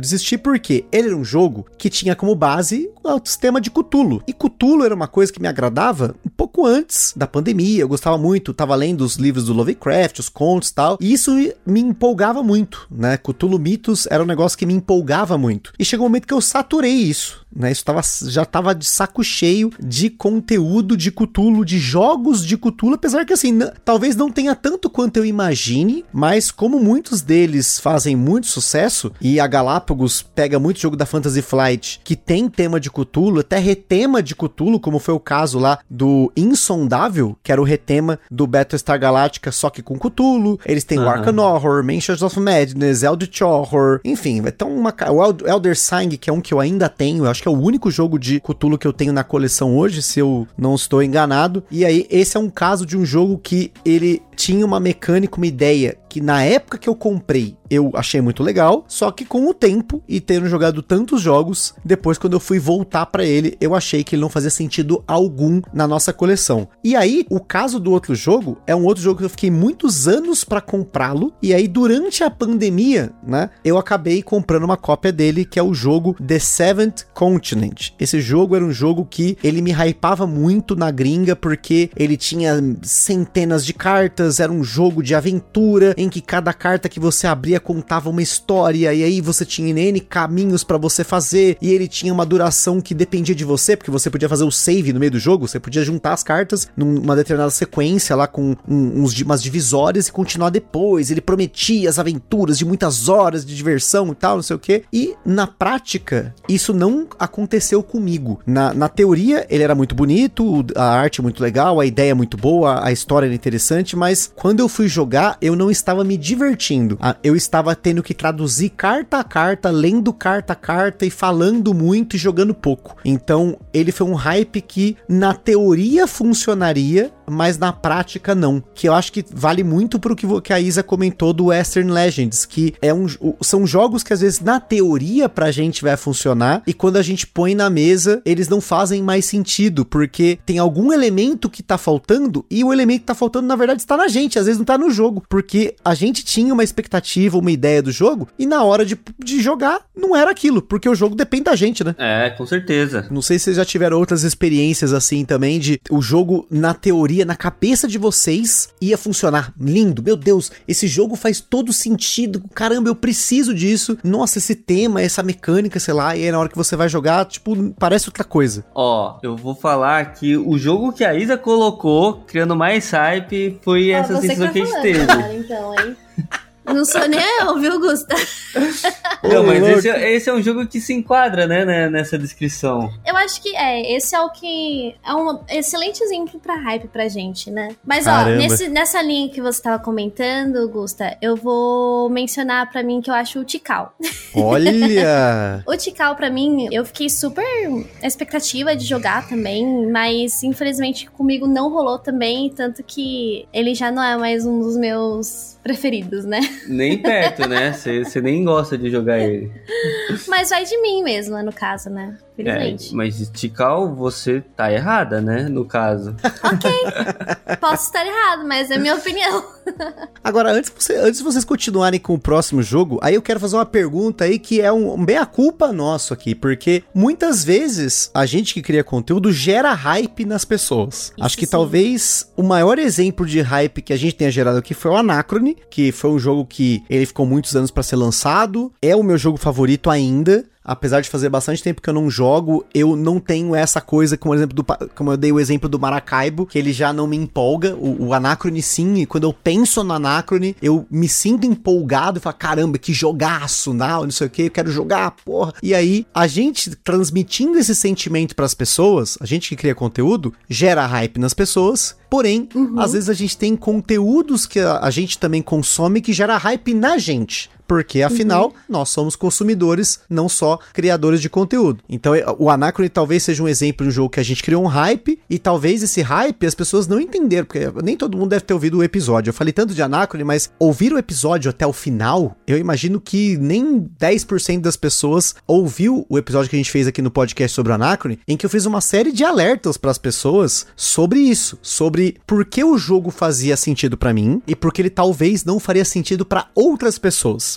subsistir porque ele era um jogo que tinha como base o sistema de Cthulhu. E Cthulhu era uma coisa que me agradava um pouco antes da pandemia. Eu gostava muito, tava lendo os livros do Lovecraft, os contos e tal, e isso me empolgava muito, né? Cthulhu Mitos era um negócio que me empolgava muito. E chegou um momento que eu saturei isso, né? Isso tava, já tava de saco cheio de conteúdo de Cthulhu, de jogos de Cthulhu, apesar que assim, n- talvez não tenha tanto quanto eu imagine, mas como muitos deles fazem muito sucesso, e a Galápagos pega muito jogo da Fantasy Flight que tem tema de Cthulhu, até retema de Cthulhu, como foi o caso lá do Insondável, que era o retema do Battlestar Galactica, só que com Cthulhu. Eles têm uhum. o Arkham Horror, Mansions of Madness, Eldritch Horror, enfim, vai ter uma... O Elder Sign, que é um que eu ainda tenho, eu acho que é o único jogo de Cthulhu que eu tenho na coleção hoje, se eu não estou enganado. E aí, esse é um caso de um jogo que ele tinha uma mecânica, uma ideia que na época que eu comprei, eu achei muito legal, só que com o tempo e tendo jogado tantos jogos, depois quando eu fui voltar pra ele, eu achei que ele não fazia sentido algum na nossa coleção. E aí, o caso do outro jogo, é um outro jogo que eu fiquei muitos anos pra comprá-lo, e aí durante a pandemia, né, eu acabei comprando uma cópia dele, que é o jogo The Seventh Continent. Esse jogo era um jogo que ele me hypava muito na gringa, porque ele tinha centenas de cartas, era um jogo de aventura, em que cada carta que você abria contava uma história, e aí você tinha N caminhos pra você fazer, e ele tinha uma duração que dependia de você, porque você podia fazer o save no meio do jogo, você podia juntar as cartas numa determinada sequência lá com um, uns, umas divisórias e continuar depois. Ele prometia as aventuras de muitas horas de diversão e tal, não sei o que, e na prática isso não aconteceu comigo. Na, na teoria ele era muito bonito, a arte muito legal, a ideia muito boa, a história era interessante, mas quando eu fui jogar eu não estava me divertindo. Eu estava tendo que traduzir carta a carta, lendo carta a carta e falando muito e jogando pouco. Então ele foi um hype que na teoria funcionaria, mas na prática não. Que eu acho que vale muito pro que, que a Isa comentou do Western Legends, que é um, são jogos que às vezes na teoria pra gente vai funcionar, e quando a gente põe na mesa, eles não fazem mais sentido, porque tem algum elemento que tá faltando, e o elemento que tá faltando na verdade está na gente, às vezes não tá no jogo, porque a gente tinha uma expectativa, uma ideia do jogo, e na hora de, de jogar, não era aquilo, porque o jogo depende da gente, né? É, com certeza. Não sei se vocês já tiveram outras experiências assim também, de o jogo na teoria, na cabeça de vocês, ia funcionar. Lindo, meu Deus, esse jogo faz todo sentido, caramba, eu preciso disso, nossa, esse tema, essa mecânica, sei lá, e aí na hora que você vai jogar, tipo, parece outra coisa. Ó, eu vou falar que o jogo que a Isa colocou, criando mais hype, foi ah, essa sensação que, tá que a gente teve. Cara, então, hein? Não sou nem eu, viu, Gusta? Não, mas esse, esse é um jogo que se enquadra, né, nessa descrição. Eu acho que é, esse é o que... É um excelente exemplo pra hype pra gente, né? Mas, Caramba. ó, nesse, nessa linha que você tava comentando, Gusta, eu vou mencionar pra mim que eu acho o Tikal. Olha! O Tikal, pra mim, eu fiquei super na expectativa de jogar também, mas, infelizmente, comigo não rolou também, tanto que ele já não é mais um dos meus preferidos, né? Nem perto, né? Você nem gosta de jogar ele. Mas vai de mim mesmo, no caso, né? Felizmente. É, mas Tikal, você tá errada, né? No caso. Ok. Posso estar errado, mas é minha opinião. Agora, antes, você, antes de vocês continuarem com o próximo jogo, aí eu quero fazer uma pergunta aí que é um, um meia-culpa nosso aqui, porque muitas vezes a gente que cria conteúdo gera hype nas pessoas. Isso, Acho que sim. Talvez o maior exemplo de hype que a gente tenha gerado aqui foi o Anachrony, que foi um jogo que ele ficou muitos anos pra ser lançado, é o meu jogo favorito ainda. Apesar de fazer bastante tempo que eu não jogo, eu não tenho essa coisa, como, exemplo do, como eu dei o exemplo do Maracaibo, que ele já não me empolga. O, o Anachrony, sim, e quando eu penso no Anachrony, eu me sinto empolgado e falo, caramba, que jogaço, não, não sei o que, eu quero jogar, porra. E aí, a gente transmitindo esse sentimento pras pessoas, a gente que cria conteúdo, gera hype nas pessoas. Porém, uhum. às vezes a gente tem conteúdos que a, a gente também consome que gera hype na gente. Porque, afinal, uhum. nós somos consumidores, não só criadores de conteúdo. Então, o Anachrony talvez seja um exemplo de um jogo que a gente criou um hype, e talvez esse hype as pessoas não entenderam, porque nem todo mundo deve ter ouvido o episódio. Eu falei tanto de Anachrony, mas ouvir o episódio até o final, eu imagino que nem dez por cento das pessoas ouviu o episódio que a gente fez aqui no podcast sobre o Anachrony, em que eu fiz uma série de alertas para as pessoas sobre isso, sobre por que o jogo fazia sentido para mim, e porque ele talvez não faria sentido para outras pessoas.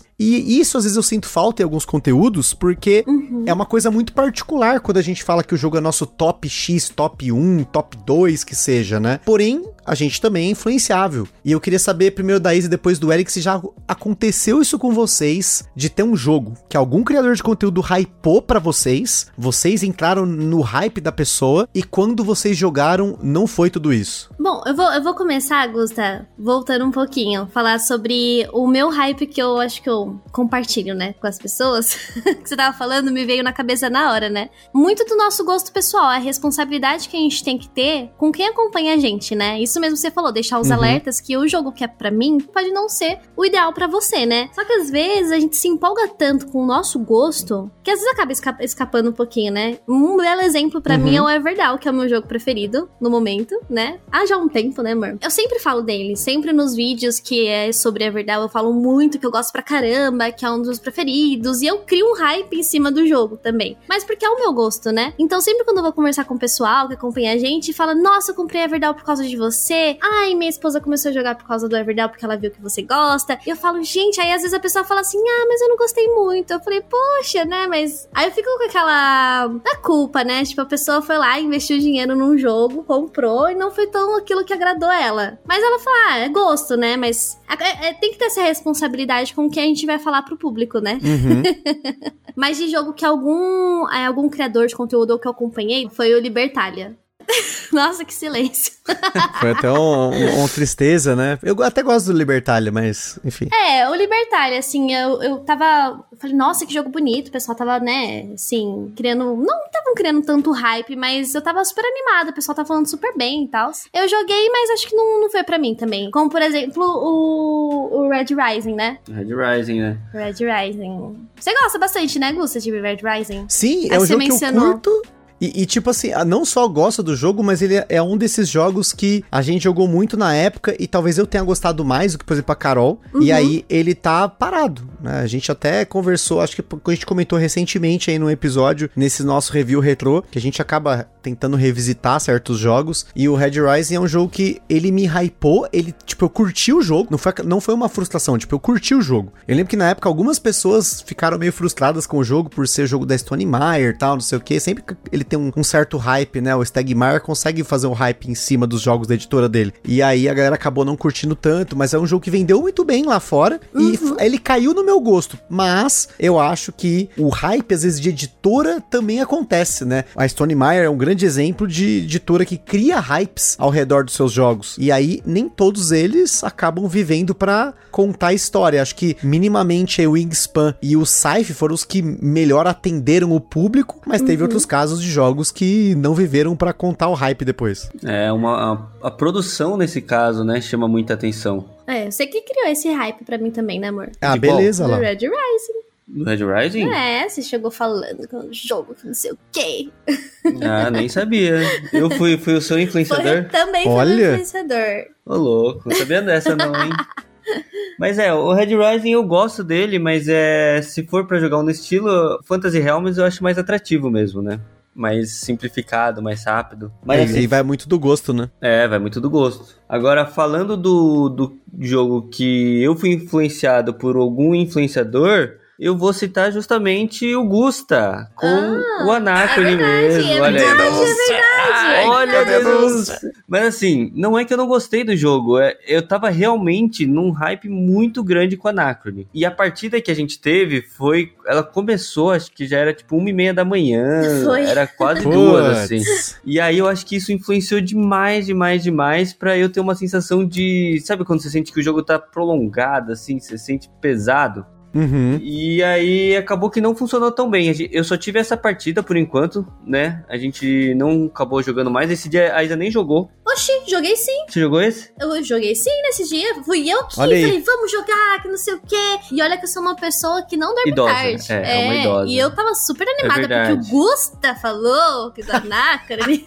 pessoas. E isso às vezes eu sinto falta em alguns conteúdos, porque uhum. é uma coisa muito particular quando a gente fala que o jogo é nosso top X, top um, top dois, que seja, né? Porém, a gente também é influenciável. E eu queria saber primeiro da Isa e depois do Eric se já aconteceu isso com vocês, de ter um jogo que algum criador de conteúdo hypou pra vocês, vocês entraram no hype da pessoa e quando vocês jogaram não foi tudo isso. Bom, eu vou, eu vou começar, Gusta, voltando um pouquinho, falar sobre o meu hype que eu acho que eu compartilho, né, com as pessoas. Que você tava falando, me veio na cabeça na hora, né? Muito do nosso gosto pessoal, a responsabilidade que a gente tem que ter com quem acompanha a gente, né? Isso mesmo que você falou, deixar os uhum. alertas que o jogo que é pra mim pode não ser o ideal pra você, né? Só que às vezes a gente se empolga tanto com o nosso gosto que às vezes acaba esca- escapando um pouquinho, né? Um belo exemplo pra uhum. mim é o Everdell, que é o meu jogo preferido no momento, né? Há já um tempo, né, amor? Eu sempre falo dele, sempre nos vídeos que é sobre Everdell eu falo muito que eu gosto pra caramba, que é um dos meus preferidos, e eu crio um hype em cima do jogo também. Mas porque é o meu gosto, né? Então sempre quando eu vou conversar com o pessoal que acompanha a gente, fala, nossa, eu comprei Everdell por causa de você, ai, minha esposa começou a jogar por causa do Everdell porque ela viu que você gosta, e eu falo, gente, aí às vezes a pessoa fala assim, ah, mas eu não gostei muito. Eu falei, poxa, né, mas... Aí eu fico com aquela... da culpa, né? Tipo, a pessoa foi lá, investiu dinheiro num jogo, comprou, e não foi tão aquilo que agradou ela. Mas ela fala, ah, é gosto, né? Mas é, é, tem que ter essa responsabilidade com o que a gente vai falar pro público, né? Uhum. Mas de jogo que algum, é, algum criador de conteúdo que eu acompanhei foi o Libertalia. Nossa, que silêncio. Foi até um, um, uma tristeza, né? Eu até gosto do Libertalia, mas enfim. É, o Libertalia, assim, eu, eu tava... Eu falei, nossa, que jogo bonito. O pessoal tava, né, assim, criando... Não estavam criando tanto hype, mas eu tava super animada. O pessoal tava falando super bem e tal. Eu joguei, mas acho que não, não foi pra mim também. Como, por exemplo, o, o Red Rising, né? Red Rising, né? Red Rising. Você gosta bastante, né, Gusta, de Red Rising? Sim, é um jogo mencionou. que eu curto... E, e, tipo assim, não só gosto do jogo, mas ele é um desses jogos que a gente jogou muito na época e talvez eu tenha gostado mais do que, por exemplo, a Carol. Uhum. E aí ele tá parado, né? A gente até conversou, acho que a gente comentou recentemente aí num episódio, nesse nosso review retrô, que a gente acaba tentando revisitar certos jogos. E o Red Rising é um jogo que ele me hypou, ele, tipo, eu curti o jogo. Não foi, não foi uma frustração, tipo, eu curti o jogo. Eu lembro que na época algumas pessoas ficaram meio frustradas com o jogo por ser jogo da Stone Meyer e tal, não sei o que. Sempre que ele tem um, um certo hype, né? O Stegmaier consegue fazer um hype em cima dos jogos da editora dele. E aí a galera acabou não curtindo tanto, mas é um jogo que vendeu muito bem lá fora. Uhum. E f- ele caiu no meu gosto. Mas eu acho que o hype, às vezes, de editora também acontece, né? A Stone Meyer é um grande exemplo de editora que cria hypes ao redor dos seus jogos. E aí, nem todos eles acabam vivendo pra contar a história. Acho que, minimamente, o Wingspan e o Scythe foram os que melhor atenderam o público, mas teve uhum. outros casos de jogos que não viveram pra contar o hype depois. É, uma, a, a produção nesse caso, né, chama muita atenção. É, você que criou esse hype pra mim também, né, amor? Ah, de beleza qual? lá. Do Red Rising. Do Red Rising? É, você chegou falando com o jogo, não sei o quê. Ah, nem sabia. Eu fui, fui o seu influenciador? Foi, também fui Olha. o influenciador. Ô, louco, não sabia dessa não, hein? Mas é, o Red Rising eu gosto dele, mas é, se for pra jogar um no estilo Fantasy Realms, eu acho mais atrativo mesmo, né? Mais simplificado, mais rápido. Mas, é, assim, e vai muito do gosto, né? É, vai muito do gosto. Agora, falando do, do jogo que eu fui influenciado por algum influenciador, eu vou citar justamente o Gusta, com ah, o Anacrone é mesmo. É olha verdade, aí. é verdade. Ai, olha Deus. Mas assim, não é que eu não gostei do jogo, é, eu tava realmente num hype muito grande com a Anacrone. E a partida que a gente teve foi, ela começou, acho que já era tipo uma e meia da manhã, foi. Era quase duas, assim. E aí eu acho que isso influenciou demais, demais, demais, pra eu ter uma sensação de, sabe quando você sente que o jogo tá prolongado, assim, você sente pesado? Uhum. E aí acabou que não funcionou tão bem. Eu só tive essa partida por enquanto, né? A gente não acabou jogando mais. Esse dia a Isa nem jogou. Oxi, joguei sim. Você jogou esse? Eu joguei sim nesse dia. Fui eu que olha falei, aí. vamos jogar, que não sei o quê. E olha que eu sou uma pessoa que não dorme idosa, tarde. É, é, uma idosa. E eu tava super animada, é porque o Gusta falou que do Anacrone.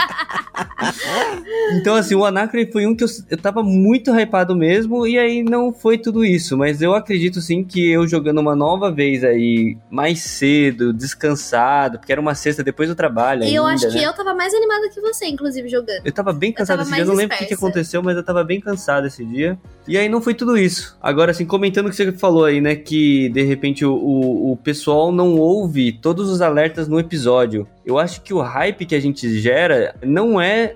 Então assim, o Anacrone foi um que eu, eu tava muito hypado mesmo. E aí não foi tudo isso. Mas eu acredito sim que eu jogando uma nova vez aí, mais cedo, descansado, porque era uma sexta depois do trabalho E ainda, eu acho né? que eu tava mais animada que você, inclusive, jogando. Eu tava bem cansado esse esse dia eu não lembro o que, que aconteceu, mas eu tava bem cansado esse dia. E aí não foi tudo isso. Agora, assim, comentando o que você falou aí, né, que de repente o, o, o pessoal não ouve todos os alertas no episódio. Eu acho que o hype que a gente gera não é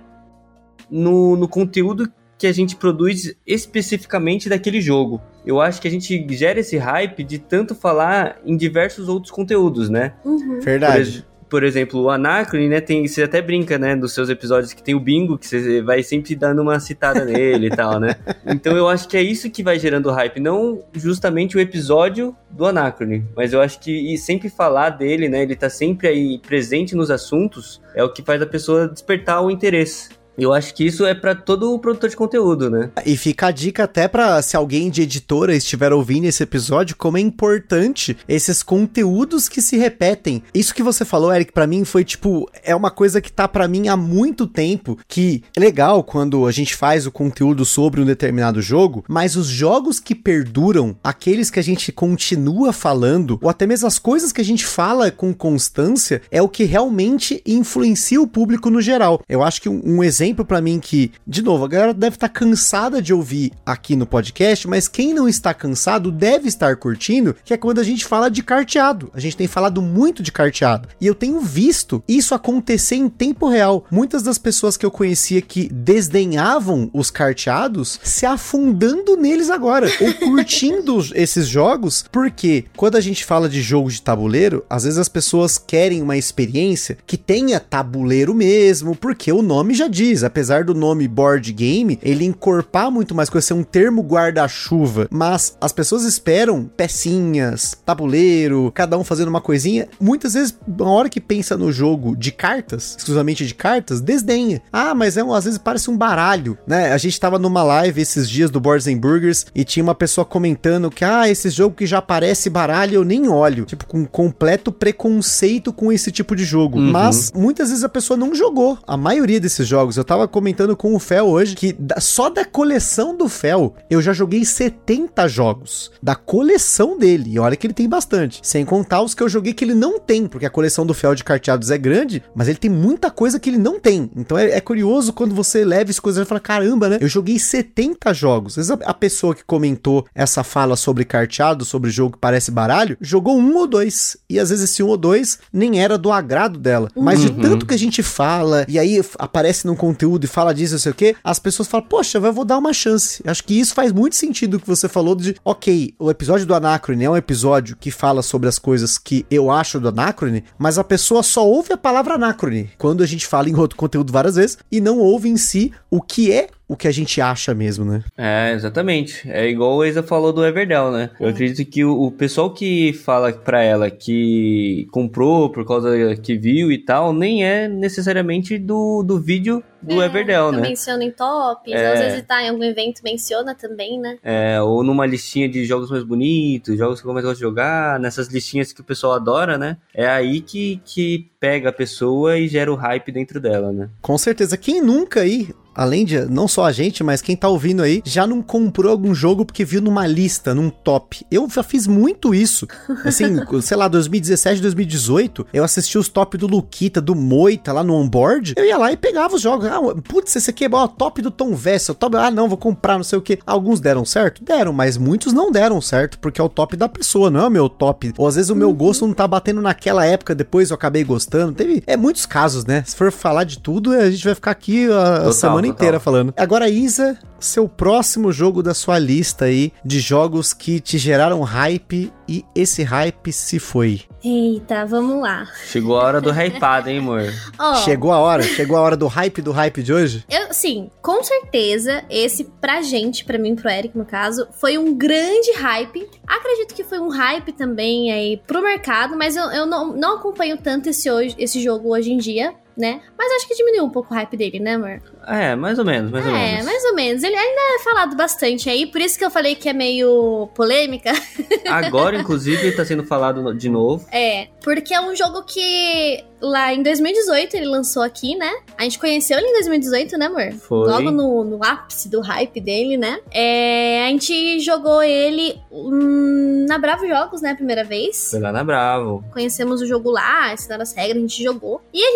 no, no conteúdo que a gente produz especificamente daquele jogo. Eu acho que a gente gera esse hype de tanto falar em diversos outros conteúdos, né? Uhum. Verdade. Por, por exemplo, o Anacrone, né, tem, você até brinca, né, dos seus episódios que tem o bingo, que você vai sempre dando uma citada nele e tal, né? Então eu acho que é isso que vai gerando hype, não justamente o episódio do Anacrone, mas eu acho que e sempre falar dele, né, ele tá sempre aí presente nos assuntos, é o que faz a pessoa despertar o interesse. Eu acho que isso é pra todo o produtor de conteúdo, né? E fica a dica até pra, se alguém de editora estiver ouvindo esse episódio, como é importante esses conteúdos que se repetem. Isso que você falou, Eric, pra mim foi tipo, é uma coisa que tá pra mim há muito tempo, que é legal quando a gente faz o conteúdo sobre um determinado jogo, mas os jogos que perduram, aqueles que a gente continua falando, ou até mesmo as coisas que a gente fala com constância, é o que realmente influencia o público no geral. Eu acho que um, um exemplo exemplo pra mim que, de novo, a galera deve estar cansada de ouvir aqui no podcast, mas quem não está cansado deve estar curtindo, que é quando a gente fala de carteado. A gente tem falado muito de carteado. E eu tenho visto isso acontecer em tempo real. Muitas das pessoas que eu conhecia que desdenhavam os carteados, se afundando neles agora, ou curtindo esses jogos, porque quando a gente fala de jogo de tabuleiro, às vezes as pessoas querem uma experiência que tenha tabuleiro mesmo, porque o nome já diz, apesar do nome board game, ele encorpar muito mais coisa, ser um termo guarda-chuva, mas as pessoas esperam pecinhas, tabuleiro, cada um fazendo uma coisinha. Muitas vezes, na hora que pensa no jogo de cartas, exclusivamente de cartas, desdenha. Ah, mas é um, às vezes parece um baralho, né? A gente tava numa live esses dias do Boards and Burgers e tinha uma pessoa comentando que, ah, esse jogo que já parece baralho, eu nem olho. Tipo, com completo preconceito com esse tipo de jogo. Uhum. Mas, muitas vezes a pessoa não jogou a maioria desses jogos. Eu tava comentando com o Fel hoje que da, só da coleção do Fel eu já joguei setenta jogos. Da coleção dele. E olha que ele tem bastante. Sem contar os que eu joguei que ele não tem. Porque a coleção do Fel de carteados é grande, mas ele tem muita coisa que ele não tem. Então é, é curioso quando você leva esse coisa e fala, caramba, né? Eu joguei setenta jogos. Às vezes a, a pessoa que comentou essa fala sobre carteado, sobre jogo que parece baralho, jogou um ou dois. E às vezes esse um ou dois nem era do agrado dela. Mas uhum. de tanto que a gente fala, e aí aparece num conteúdo e fala disso, não sei o que, as pessoas falam, poxa, eu vou dar uma chance. Acho que isso faz muito sentido o que você falou de, ok, o episódio do Anacrone é um episódio que fala sobre as coisas que eu acho do Anacrone, mas a pessoa só ouve a palavra Anacrone quando a gente fala em outro conteúdo várias vezes e não ouve em si o que é o que a gente acha mesmo, né? É, exatamente. É igual o Eisa falou do Everdell, né? Eu acredito que o, o pessoal que fala pra ela que comprou por causa que viu e tal, nem é necessariamente do, do vídeo do é, Everdell, né? Menciona em tops, é. Às vezes tá em algum evento, menciona também, né? É, ou numa listinha de jogos mais bonitos, jogos que eu mais gosto de jogar, nessas listinhas que o pessoal adora, né? É aí que, que pega a pessoa e gera o hype dentro dela, né? Com certeza. Quem nunca aí, além de, não só a gente, mas quem tá ouvindo aí, já não comprou algum jogo porque viu numa lista, num top. Eu já fiz muito isso. Assim, sei lá, dois mil e dezessete, dois mil e dezoito, eu assisti os top do Luquita, do Moita, lá no onboard, eu ia lá e pegava os jogos. Ah, putz, esse aqui é ó, top do Tom Vessel, top, ah não, vou comprar, não sei o que. Alguns deram certo? Deram, mas muitos não deram certo, porque é o top da pessoa, não é o meu top. Ou às vezes o meu uhum. gosto não tá batendo naquela época, depois eu acabei gostando. Teve, é muitos casos, né? Se for falar de tudo, a gente vai ficar aqui a, total, a semana total. inteira falando. Agora, Isa, seu próximo jogo da sua lista aí de jogos que te geraram hype e esse hype se foi. Eita, vamos lá. Chegou a hora do hypado, hein, amor? Oh, chegou a hora? Chegou a hora do hype do hype de hoje? Eu, sim, com certeza, esse pra gente, pra mim, pro Eric, no caso, foi um grande hype. Acredito que foi um hype também aí pro mercado, mas eu, eu não, não acompanho tanto esse, hoje, esse jogo hoje em dia, né? Mas acho que diminuiu um pouco o hype dele, né, amor? É, mais ou menos, mais é, ou menos. É, mais ou menos. Ele ainda é falado bastante aí, por isso que eu falei que é meio polêmica. Agora, inclusive, tá sendo falado de novo. É, porque é um jogo que lá em dois mil e dezoito ele lançou aqui, né? A gente conheceu ele em dois mil e dezoito, né, amor? Foi. Logo no, no ápice do hype dele, né? É, a gente jogou ele hum, na Bravo Jogos, né, a primeira vez. Foi lá na Bravo. Conhecemos o jogo lá, ensinaram as regras, a gente jogou. E a gente se apaixonou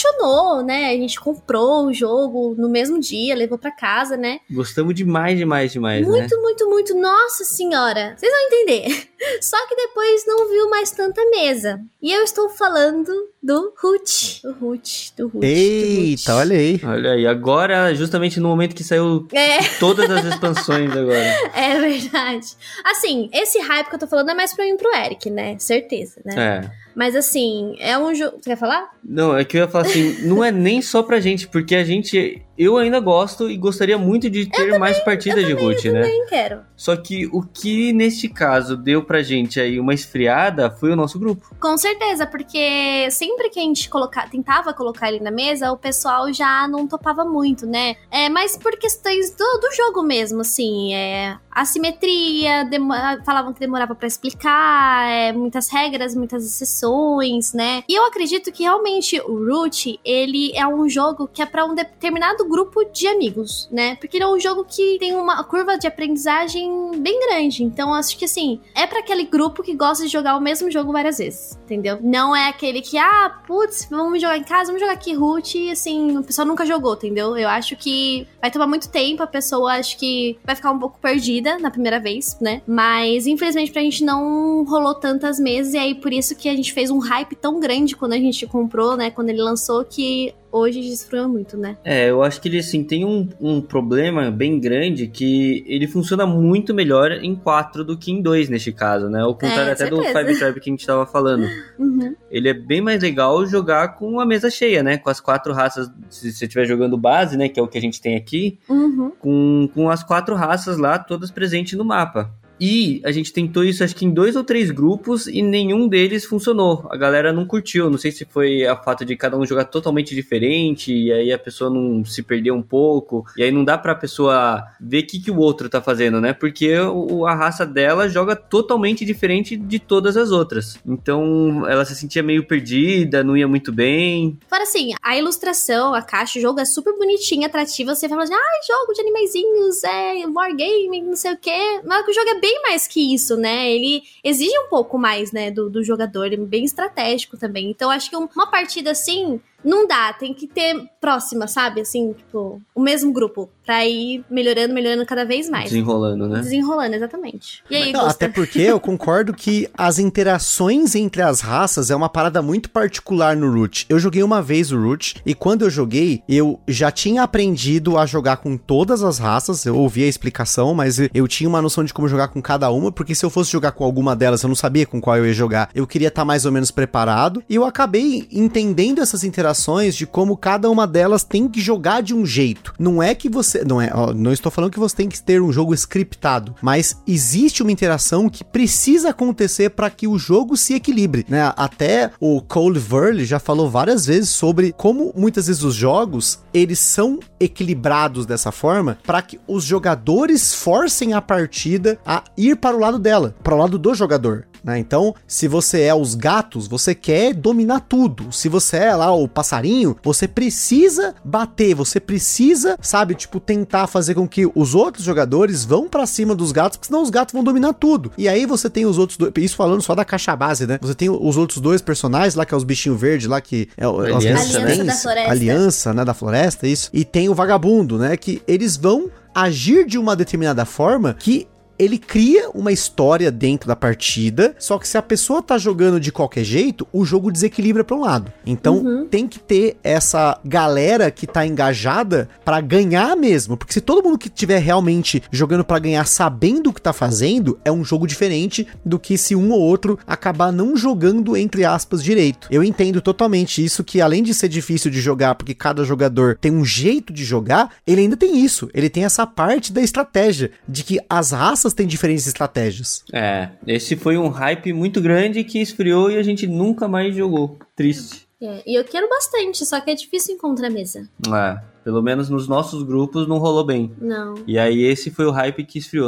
apaixonou, né? A gente comprou o jogo no mesmo dia, levou pra casa, né? Gostamos demais, demais, demais, muito, né? Muito, muito, muito. Nossa senhora. Vocês vão entender. Só que depois não viu mais tanta mesa. E eu estou falando do Root. Do Root, do Root. Eita, olha aí. Olha aí, agora, justamente no momento que saiu É. todas as expansões agora. É verdade. Assim, esse hype que eu tô falando é mais pra mim e pro Eric, né? Certeza, né? É. Mas assim, é um jogo... Você quer falar? Não, é que eu ia falar assim, não é nem só pra gente, porque a gente, eu ainda gosto e gostaria muito de ter também, mais partidas de Root, né? Eu também quero. Só que o que neste caso deu pra gente aí uma esfriada foi o nosso grupo. Com certeza, porque sempre que a gente coloca, tentava colocar ele na mesa, o pessoal já não topava muito, né? É, mas por questões do, do jogo mesmo, assim, é... assimetria, demora, falavam que demorava pra explicar, é, muitas regras, muitas exceções, né? E eu acredito que realmente o Root, ele é um jogo que é pra um determinado grupo de amigos, né? Porque ele é um jogo que tem uma curva de aprendizagem bem grande. Então, acho que assim, é pra aquele grupo que gosta de jogar o mesmo jogo várias vezes, entendeu? Não é aquele que, ah, putz, vamos jogar em casa, vamos jogar aqui Root, e assim, o pessoal nunca jogou, entendeu? Eu acho que vai tomar muito tempo, a pessoa acho que vai ficar um pouco perdida na primeira vez, né? Mas, infelizmente, pra gente não rolou tantas mesas, e aí por isso que a gente fez um hype tão grande quando a gente comprou, né? Quando ele lançou, que hoje desfrutou muito, né? É, eu acho que ele, assim, tem um, um problema bem grande, que ele funciona muito melhor em quatro do que em dois, neste caso, né? Ao contrário é, até certeza. do Five Tribe que a gente tava falando. Uhum. Ele é bem mais legal jogar com a mesa cheia, né? Com as quatro raças, se você estiver jogando base, né? Que é o que a gente tem aqui. Uhum. Com, com as quatro raças lá, todas presentes no mapa. E a gente tentou isso, acho que em dois ou três grupos, e nenhum deles funcionou. A galera não curtiu, não sei se foi a fato de cada um jogar totalmente diferente, e aí a pessoa não se perdeu um pouco, e aí não dá pra pessoa ver o que, que o outro tá fazendo, né? Porque o, a raça dela joga totalmente diferente de todas as outras. Então ela se sentia meio perdida, não ia muito bem. Fora assim, a ilustração, a caixa, o jogo é super bonitinho, atrativo. Você fala assim, ah, jogo de animaizinhos, é wargaming, não sei o quê. Mas o jogo é bem mais que isso, né? Ele exige um pouco mais, né, do, do jogador. Ele é bem estratégico também. Então, acho que uma partida assim... não dá, tem que ter próxima, sabe? Assim, tipo, o mesmo grupo. Pra ir melhorando, melhorando cada vez mais. Desenrolando, né? Desenrolando, exatamente. E aí, Não, até porque eu concordo que as interações entre as raças é uma parada muito particular no Root. Eu joguei uma vez o Root, e quando eu joguei, eu já tinha aprendido a jogar com todas as raças. Eu ouvi a explicação, mas eu tinha uma noção de como jogar com cada uma, porque se eu fosse jogar com alguma delas, eu não sabia com qual eu ia jogar. Eu queria estar mais ou menos preparado, e eu acabei entendendo essas interações de como cada uma delas tem que jogar de um jeito. Não é que você... Não é, ó, não estou falando que você tem que ter um jogo scriptado, mas existe uma interação que precisa acontecer para que o jogo se equilibre, né? Até o Cole Verley já falou várias vezes sobre como muitas vezes os jogos, eles são equilibrados dessa forma para que os jogadores forcem a partida a ir para o lado dela, para o lado do jogador. Né? Então, se você é os gatos, você quer dominar tudo. Se você é lá o passarinho, você precisa bater, você precisa, sabe, tipo, tentar fazer com que os outros jogadores vão pra cima dos gatos, porque senão os gatos vão dominar tudo. E aí você tem os outros dois, isso falando só da caixa base, né? Você tem os outros dois personagens lá, que é os bichinhos verdes lá, que é o, Aliança, Aliança né? da Floresta. Aliança, né, da floresta, isso. E tem o vagabundo, né, que eles vão agir de uma determinada forma que ele cria uma história dentro da partida, só que se a pessoa tá jogando de qualquer jeito, o jogo desequilibra pra um lado. Então, uhum. tem que ter essa galera que tá engajada pra ganhar mesmo, porque se todo mundo que tiver realmente jogando pra ganhar sabendo o que tá fazendo, é um jogo diferente do que se um ou outro acabar não jogando, entre aspas, direito. Eu entendo totalmente isso, que além de ser difícil de jogar, porque cada jogador tem um jeito de jogar, ele ainda tem isso, ele tem essa parte da estratégia, de que as raças tem diferentes estratégias. É, esse foi um hype muito grande que esfriou e a gente nunca mais jogou. Triste. É, e eu quero bastante, só que é difícil encontrar mesa. É, pelo menos nos nossos grupos não rolou bem. Não. E aí esse foi o hype que esfriou, né?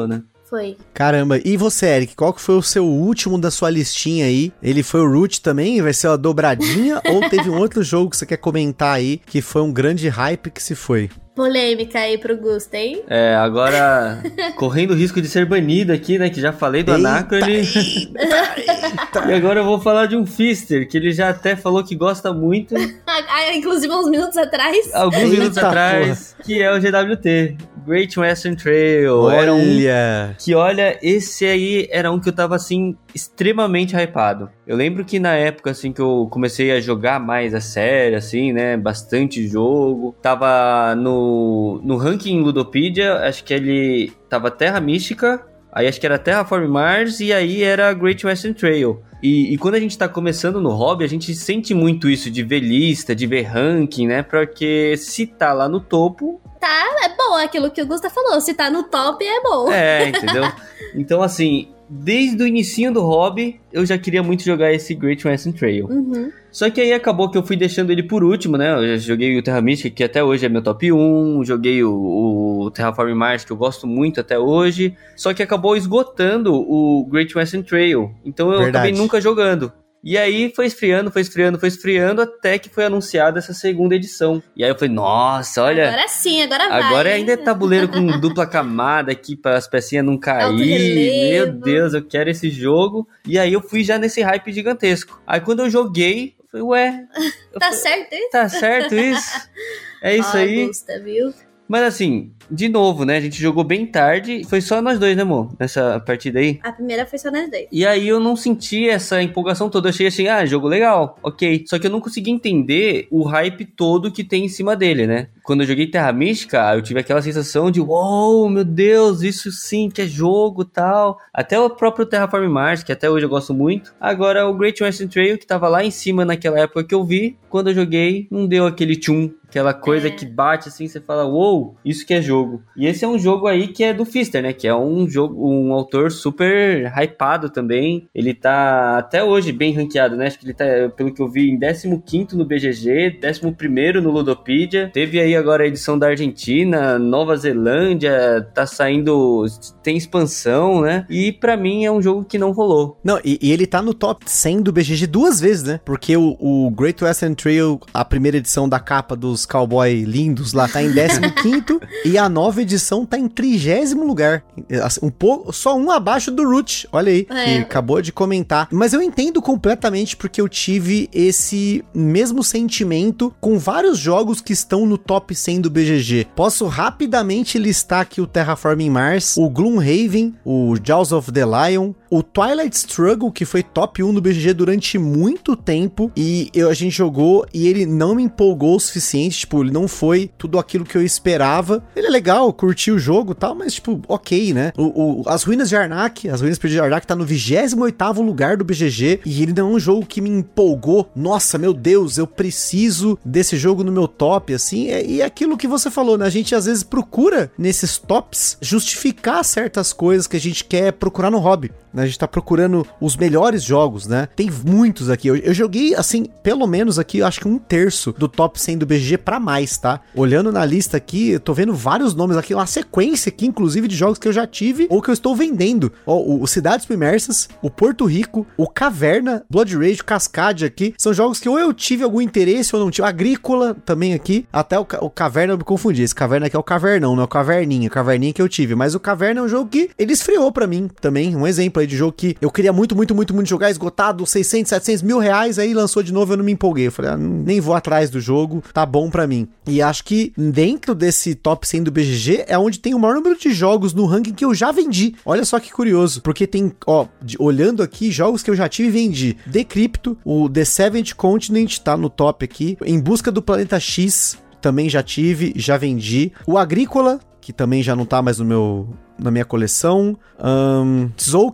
Foi. Caramba, e você, Eric, qual que foi o seu último da sua listinha aí? Ele foi o Root também? Vai ser uma dobradinha? Ou teve um outro jogo que você quer comentar aí, que foi um grande hype que se foi? Polêmica aí pro Gusto, hein? É, agora, correndo o risco de ser banido aqui, né, que já falei do Anaco, ele... E agora eu vou falar de um Fister, que ele já até falou que gosta muito. Ah, inclusive uns minutos atrás. Alguns Eita minutos atrás, porra. que é o G W T, Great Western Trail. Olha! Era um que, olha, esse aí era um que eu tava, assim, extremamente hypado. Eu lembro que na época, assim, que eu comecei a jogar mais a sério, assim, né, bastante jogo, tava no, no ranking Ludopedia, acho que ele tava Terra Mística, aí acho que era Terraform Mars, e aí era Great Western Trail. E, e quando a gente tá começando no hobby, a gente sente muito isso de ver lista, de ver ranking, né, porque se tá lá no topo... Tá, é bom, aquilo que o Gusta falou, se tá no top é bom. É, entendeu? Então, assim, desde o inicinho do hobby, eu já queria muito jogar esse Great Western Trail. Uhum. Só que aí acabou que eu fui deixando ele por último, né? Eu já joguei o Terra Mística, que até hoje é meu top um. Joguei o, o Terraform Mars, que eu gosto muito até hoje. Só que acabou esgotando o Great Western Trail. Então eu Verdade. acabei nunca jogando. E aí foi esfriando, foi esfriando, foi esfriando, até que foi anunciada essa segunda edição. E aí eu falei, nossa, olha... Agora sim, agora vai. Agora ainda é tabuleiro com dupla camada aqui para as pecinhas não cair. Meu Deus, eu quero esse jogo. E aí eu fui já nesse hype gigantesco. Aí quando eu joguei, eu falei, ué... Eu tá falei, certo isso? Tá certo isso? É isso oh, aí. Gusta, viu? Mas assim, de novo, né? A gente jogou bem tarde. Foi só nós dois, né, amor? Nessa partida aí. A primeira foi só nós dois. E aí eu não senti essa empolgação toda. Eu achei assim, ah, jogo legal, ok. Só que eu não consegui entender o hype todo que tem em cima dele, né? Quando eu joguei Terra Mística, eu tive aquela sensação de, uou, meu Deus, isso sim que é jogo e tal. Até o próprio Terraform Mars, que até hoje eu gosto muito. Agora o Great Western Trail, que tava lá em cima naquela época que eu vi. Quando eu joguei, não deu aquele tchum. Aquela coisa é. que bate assim, você fala, uou, isso que é jogo. E esse é um jogo aí que é do Fister, né? Que é um jogo, um autor super hypado também. Ele tá até hoje bem ranqueado, né? Acho que ele tá, pelo que eu vi, em décimo quinto no B G G, décimo primeiro no Ludopedia. Teve aí agora a edição da Argentina, Nova Zelândia, tá saindo, tem expansão, né? E pra mim é um jogo que não rolou. Não, e, e ele tá no top cem do B G G duas vezes, né? Porque o, o Great Western Trail, a primeira edição da capa dos cowboy lindos lá, tá em décimo quinto e a nova edição tá em trigésimo lugar. Um pouco, só um abaixo do Root, olha aí, é. que acabou de comentar. Mas eu entendo completamente porque eu tive esse mesmo sentimento com vários jogos que estão no top cem do B G G. Posso rapidamente listar aqui o Terraforming Mars, o Gloomhaven, o Jaws of the Lion, o Twilight Struggle, que foi top um no B G G durante muito tempo, e eu, a gente jogou e ele não me empolgou o suficiente, tipo, ele não foi tudo aquilo que eu esperava. Ele é legal, curti o jogo e tal, mas tipo, ok, né? O, o, as Ruínas de Arnak, as Ruínas de Arnak tá no vigésimo oitavo lugar do B G G, e ele não é um jogo que me empolgou. Nossa, meu Deus, eu preciso desse jogo no meu top, assim, é, e é aquilo que você falou, né? A gente às vezes procura nesses tops justificar certas coisas que a gente quer procurar no hobby. A gente tá procurando os melhores jogos, né? Tem muitos aqui. Eu, eu joguei, assim, pelo menos aqui, acho que um terço do top cem do B G G pra mais, tá? Olhando na lista aqui, eu tô vendo vários nomes aqui, uma sequência aqui, inclusive, de jogos que eu já tive ou que eu estou vendendo. Ó, o, o Cidades Submersas, o Porto Rico, o Caverna, Blood Rage, Cascade aqui. São jogos que ou eu tive algum interesse ou não tive. Agrícola também aqui. Até o, o Caverna eu me confundi. Esse Caverna aqui é o Cavernão, não é o Caverninha. O Caverninha que eu tive. Mas o Caverna é um jogo que ele esfriou pra mim também. Um exemplo de jogo que eu queria muito, muito, muito, muito jogar, esgotado, seiscentos, setecentos mil reais, aí lançou de novo, eu não me empolguei. Eu falei, ah, nem vou atrás do jogo, tá bom pra mim. E acho que dentro desse top cem do B G G é onde tem o maior número de jogos no ranking que eu já vendi. Olha só que curioso, porque tem, ó, de, olhando aqui, jogos que eu já tive e vendi. Decrypto, o The Seventh Continent tá no top aqui, Em Busca do Planeta X, também já tive, já vendi. O Agrícola, que também já não tá mais no meu, na minha coleção. Um, Tzolk'in,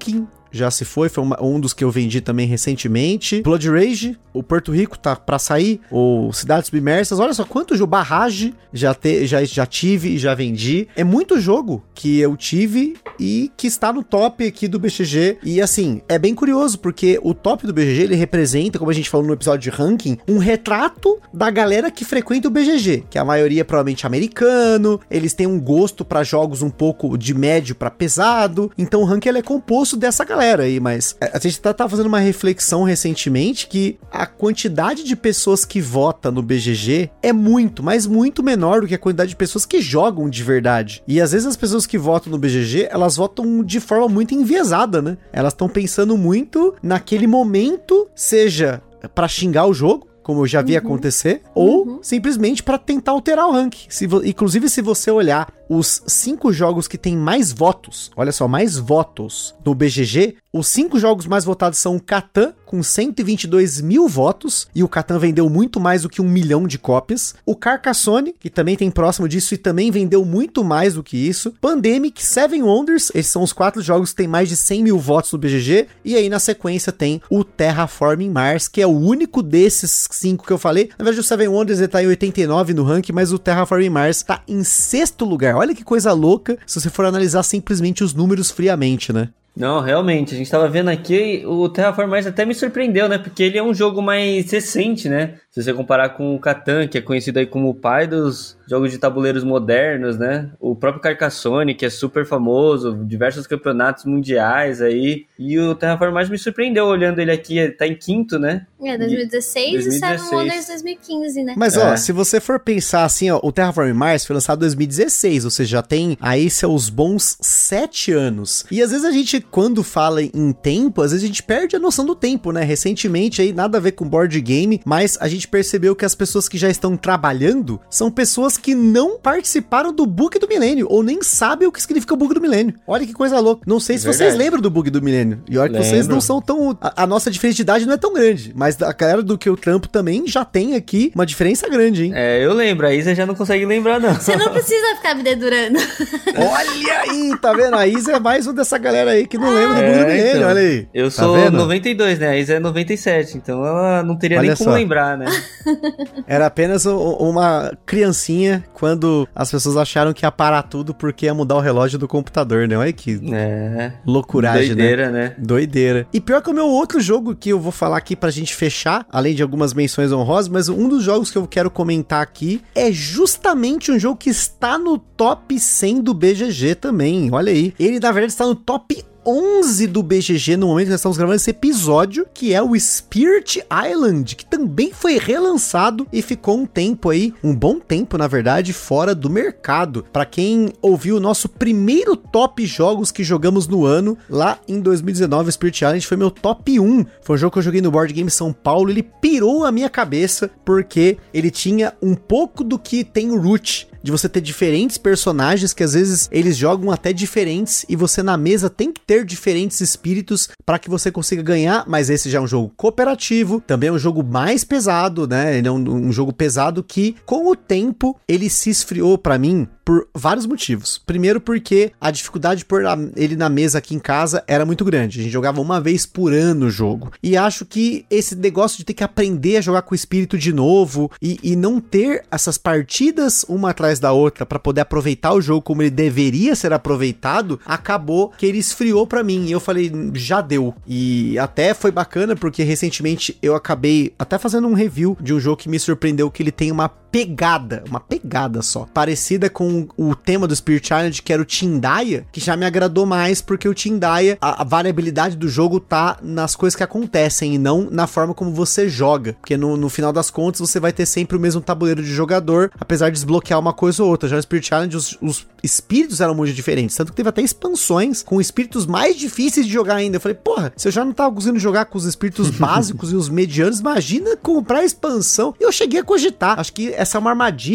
já se foi, foi uma, um dos que eu vendi também recentemente. Blood Rage, o Porto Rico tá pra sair, o Cidades Submersas, olha só quanto jogo, Barrage, já, te, já, já tive e já vendi. É muito jogo que eu tive e que está no top aqui do B G G, e assim, é bem curioso, porque o top do B G G, ele representa, como a gente falou no episódio de ranking, um retrato da galera que frequenta o B G G, que a maioria é provavelmente americano, eles têm um gosto pra jogos um pouco de médio pra pesado, então o ranking ele é composto dessa galera aí, mas a gente tá, tá fazendo uma reflexão recentemente que a quantidade de pessoas que vota no B G G é muito, mas muito menor do que a quantidade de pessoas que jogam de verdade, e às vezes as pessoas que votam no B G G, elas votam de forma muito enviesada, né? Elas estão pensando muito naquele momento, seja pra xingar o jogo, como eu já vi uhum. acontecer, ou uhum. simplesmente para tentar alterar o ranking. Se vo- Inclusive, se você olhar os cinco jogos que tem mais votos, olha só, mais votos no B G G, os cinco jogos mais votados são o Catan, com cento e vinte e dois mil votos, e o Catan vendeu muito mais do que um milhão de cópias. O Carcassonne, que também tem próximo disso e também vendeu muito mais do que isso. Pandemic, Seven Wonders, esses são os quatro jogos que tem mais de cem mil votos no B G G, e aí na sequência tem o Terraforming Mars, que é o único desses cinco que eu falei. Na verdade, o Seven Wonders ele tá em oitenta e nove no ranking, mas o Terraforming Mars tá em sexto lugar. Olha que coisa louca, se você for analisar simplesmente os números friamente, né? Não, realmente, a gente tava vendo aqui, o Terraform Mars até me surpreendeu, né? Porque ele é um jogo mais recente, né? Se você comparar com o Catan, que é conhecido aí como o pai dos jogos de tabuleiros modernos, né? O próprio Carcassonne, que é super famoso, diversos campeonatos mundiais aí. E o Terraform Mars me surpreendeu olhando ele aqui, tá em quinto, né? É, dois mil e dezesseis e, e Seven Wonders dois mil e quinze, né? Mas, é. ó, se você for pensar assim, ó, o Terraform Mars foi lançado em dois mil e dezesseis, ou seja, já tem aí seus bons sete anos. E às vezes a gente, quando fala em tempo, às vezes a gente perde a noção do tempo, né? Recentemente aí, nada a ver com board game, mas a gente percebeu que as pessoas que já estão trabalhando são pessoas que não participaram do bug do milênio, ou nem sabem o que significa o bug do milênio. Olha que coisa louca. Não sei se é vocês lembram do bug do milênio. E olha que Lembro. vocês não são tão... A, a nossa diferença de idade não é tão grande, mas a galera do que eu trampo também já tem aqui uma diferença grande, hein? É, eu lembro. A Isa já não consegue lembrar, não. Você não precisa ficar me dedurando. Olha aí, tá vendo? A Isa é mais um dessa galera aí que não lembra do bug do milênio, então, olha aí. Eu tá sou vendo? noventa e dois, né? A Isa é noventa e sete, então ela não teria olha nem como só. lembrar, né? Era apenas um, uma criancinha quando as pessoas acharam que ia parar tudo porque ia mudar o relógio do computador, né? Olha que é, loucuragem, doideira, né? né? Doideira. E pior que o meu outro jogo que eu vou falar aqui pra gente fechar, além de algumas menções honrosas, mas um dos jogos que eu quero comentar aqui é justamente um jogo que está no top cem do B G G também, olha aí. Ele, na verdade, está no top onze do B G G no momento que nós estamos gravando esse episódio, que é o Spirit Island, que também foi relançado e ficou um tempo aí, um bom tempo, na verdade, fora do mercado. Pra quem ouviu o nosso primeiro top jogos que jogamos no ano, lá em dois mil e dezenove, o Spirit Island foi meu top um. Foi um jogo que eu joguei no Board Game São Paulo, ele pirou a minha cabeça, porque ele tinha um pouco do que tem o Root, de você ter diferentes personagens que às vezes eles jogam até diferentes e você na mesa tem que ter diferentes espíritos para que você consiga ganhar, mas esse já é um jogo cooperativo, também é um jogo mais pesado, né? Ele é um, um jogo pesado que com o tempo ele se esfriou para mim por vários motivos. Primeiro porque a dificuldade por ele na mesa aqui em casa era muito grande. A gente jogava uma vez por ano o jogo. E acho que esse negócio de ter que aprender a jogar com o espírito de novo e, e não ter essas partidas uma atrás da outra para poder aproveitar o jogo como ele deveria ser aproveitado, acabou que ele esfriou pra mim. E eu falei, já deu. E até foi bacana porque recentemente eu acabei até fazendo um review de um jogo que me surpreendeu, que ele tem uma pegada, uma pegada só, parecida com o tema do Spirit Island, que era o Tindaya, que já me agradou mais, porque o Tindaya, a, a variabilidade do jogo tá nas coisas que acontecem e não na forma como você joga, porque no, no final das contas você vai ter sempre o mesmo tabuleiro de jogador, apesar de desbloquear uma coisa ou outra. Já no Spirit Island os, os espíritos eram muito diferentes, tanto que teve até expansões com espíritos mais difíceis de jogar ainda. Eu falei, porra, se eu já não tava conseguindo jogar com os espíritos básicos e os medianos, imagina comprar a expansão. E eu cheguei a cogitar, acho que essa é uma armadilha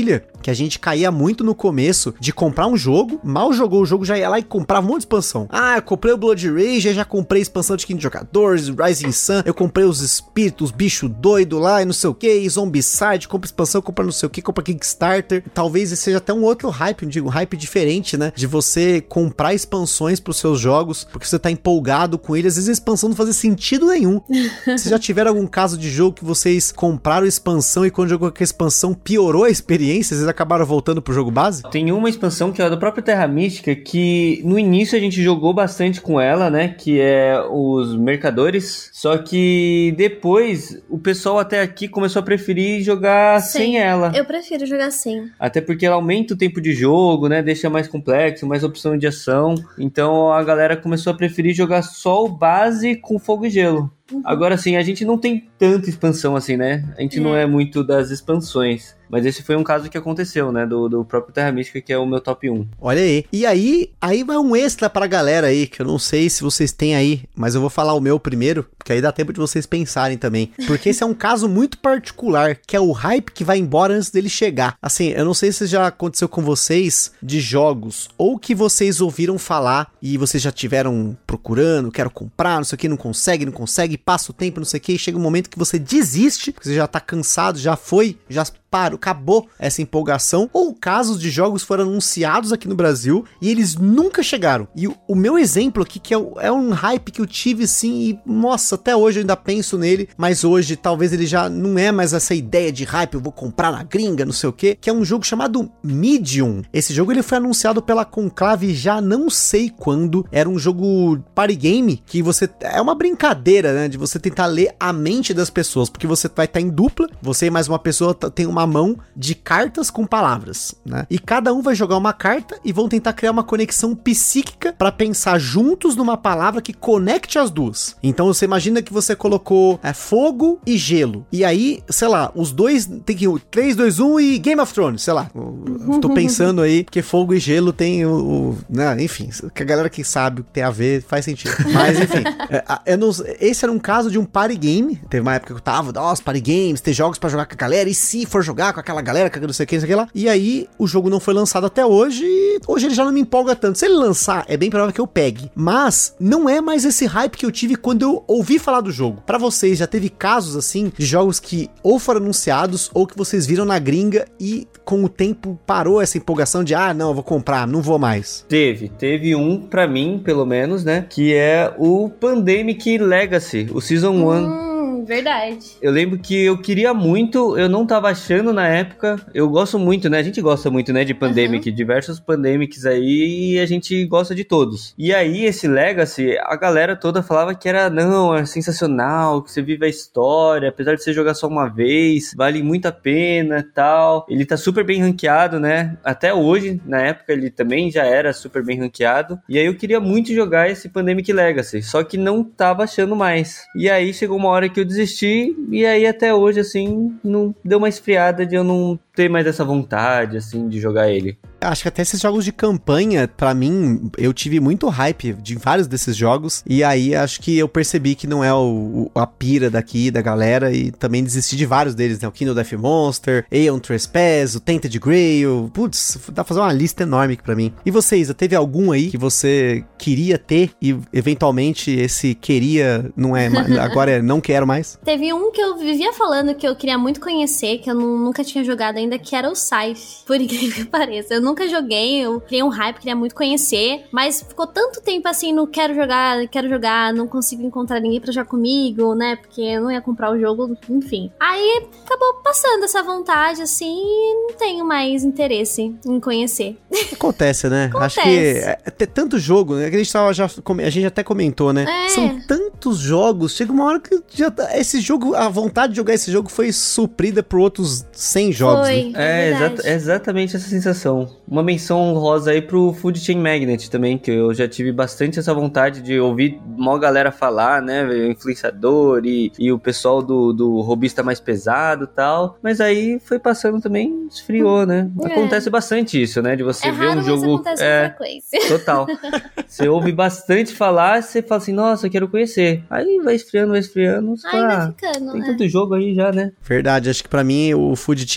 que a gente caía muito no começo de comprar um jogo, mal jogou o jogo, já ia lá e comprava um monte de expansão. Ah, eu comprei o Blood Rage, já comprei expansão de quinze jogadores, Rising Sun, eu comprei os espíritos, os bichos doidos lá e não sei o que, Zombicide, compra expansão, compra não sei o que, compra Kickstarter. Talvez esse seja até um outro hype, um hype diferente, né? De você comprar expansões pros seus jogos, porque você tá empolgado com ele, às vezes a expansão não faz sentido nenhum. Vocês já tiveram algum caso de jogo que vocês compraram expansão e quando jogou com a expansão piorou a experiência, vocês acabaram voltando pro jogo base? Tem uma expansão que é a da própria Terra Mística, que no início a gente jogou bastante com ela, né, que é os Mercadores, só que depois o pessoal até aqui começou a preferir jogar Sim, sem ela. Eu prefiro jogar sem. Até porque ela aumenta o tempo de jogo, né, deixa mais complexo, mais opção de ação, então a galera começou a preferir jogar só o base com fogo e gelo. Uhum. Agora, assim, a gente não tem tanta expansão assim, né? A gente é. não é muito das expansões. Mas esse foi um caso que aconteceu, né? Do, do próprio Terra Mística, que é o meu top um. Olha aí. E aí, aí vai um extra pra galera aí, que eu não sei se vocês têm aí, mas eu vou falar o meu primeiro, porque aí dá tempo de vocês pensarem também. Porque esse é um caso muito particular, que é o hype que vai embora antes dele chegar. Assim, eu não sei se já aconteceu com vocês de jogos, ou que vocês ouviram falar e vocês já tiveram procurando, quero comprar, não sei o que, não consegue, não consegue, passa o tempo, não sei o que, e chega um momento que você desiste, porque você já tá cansado, já foi, já parou, acabou essa empolgação, ou casos de jogos foram anunciados aqui no Brasil e eles nunca chegaram. E o, o meu exemplo aqui, que é, é um hype que eu tive sim, e nossa, até hoje eu ainda penso nele, mas hoje talvez ele já não é mais essa ideia de hype, eu vou comprar na gringa, não sei o que, que é um jogo chamado Medium. Esse jogo ele foi anunciado pela Conclave já não sei quando, era um jogo party game, que você, é uma brincadeira, né, de você tentar ler a mente das pessoas, porque você vai estar em dupla, você e mais uma pessoa tem uma mão de cartas com palavras, né? E cada um vai jogar uma carta e vão tentar criar uma conexão psíquica para pensar juntos numa palavra que conecte as duas. Então você imagina que você colocou é, fogo e gelo. E aí, sei lá, os dois tem que três, dois, um e Game of Thrones, sei lá. Eu tô pensando aí, porque fogo e gelo tem o, o né? Enfim, que a galera que sabe o que tem a ver faz sentido. Mas enfim, é, eu não, esse era um caso de um party game. Teve uma época que eu tava, nossa, party games, ter jogos pra jogar com a galera, e se for jogar com aquela galera, que não sei o que, não sei o que lá. E aí, o jogo não foi lançado até hoje, e hoje ele já não me empolga tanto. Se ele lançar, é bem provável que eu pegue. Mas, não é mais esse hype que eu tive quando eu ouvi falar do jogo. Pra vocês, já teve casos, assim, de jogos que ou foram anunciados, ou que vocês viram na gringa e com o tempo parou essa empolgação de, ah, não, eu vou comprar, não vou mais. Teve, teve um pra mim, pelo menos, né, que é o Pandemic Legacy, o Season um. Hum. Verdade. Eu lembro que eu queria muito, eu não tava achando na época, eu gosto muito, né, a gente gosta muito, né, de Pandemic, uhum. diversos Pandemics aí, e a gente gosta de todos. E aí, esse Legacy, a galera toda falava que era, não, é sensacional, que você vive a história, apesar de você jogar só uma vez, vale muito a pena e tal. Ele tá super bem ranqueado, né, até hoje, na época ele também já era super bem ranqueado, e aí eu queria muito jogar esse Pandemic Legacy, só que não tava achando mais. E aí chegou uma hora que eu desisti, e aí até hoje, assim, não deu uma esfriada de eu não ter mais essa vontade, assim, de jogar ele. Acho que até esses jogos de campanha, pra mim, eu tive muito hype de vários desses jogos, e aí acho que eu percebi que não é o, o, a pira daqui, da galera, e também desisti de vários deles, né? O Kingdom Death Monster, Aeon Trespass, o Tainted Grail, putz, dá pra fazer uma lista enorme aqui pra mim. E vocês, teve algum aí que você queria ter e eventualmente esse queria não é, agora é não quero mais? Teve um que eu vivia falando que eu queria muito conhecer, que eu não, nunca tinha jogado ainda, que era o Scythe, por incrível que pareça. Eu nunca joguei, eu criei um hype, queria muito conhecer, mas ficou tanto tempo assim, não quero jogar, quero jogar, não consigo encontrar ninguém pra jogar comigo, né, porque eu não ia comprar o jogo, enfim. Aí acabou passando essa vontade, assim, e não tenho mais interesse em conhecer. Acontece, né? Acontece. Acho que é, ter tanto jogo, né, que a gente, tava já, a gente até comentou, né, é. São tantos jogos, chega uma hora que já tá, esse jogo, a vontade de jogar esse jogo foi suprida por outros cem jogos. Foi, né? É, é exa- exatamente essa sensação. Uma menção honrosa aí pro Food Chain Magnate também, que eu já tive bastante essa vontade de ouvir mó galera falar, né, o influenciador e, e o pessoal do, do robista mais pesado e tal, mas aí foi passando também, esfriou, né? É. Acontece bastante isso, né, de você é ver raro, um jogo... Mas acontece é, com frequência. Total. Você ouve bastante falar, você fala assim, nossa, eu quero conhecer. Aí vai esfriando, vai esfriando. Aí ah, vai ficando, tem é. tanto jogo aí já, né? Verdade, acho que pra mim o Food Chain é um que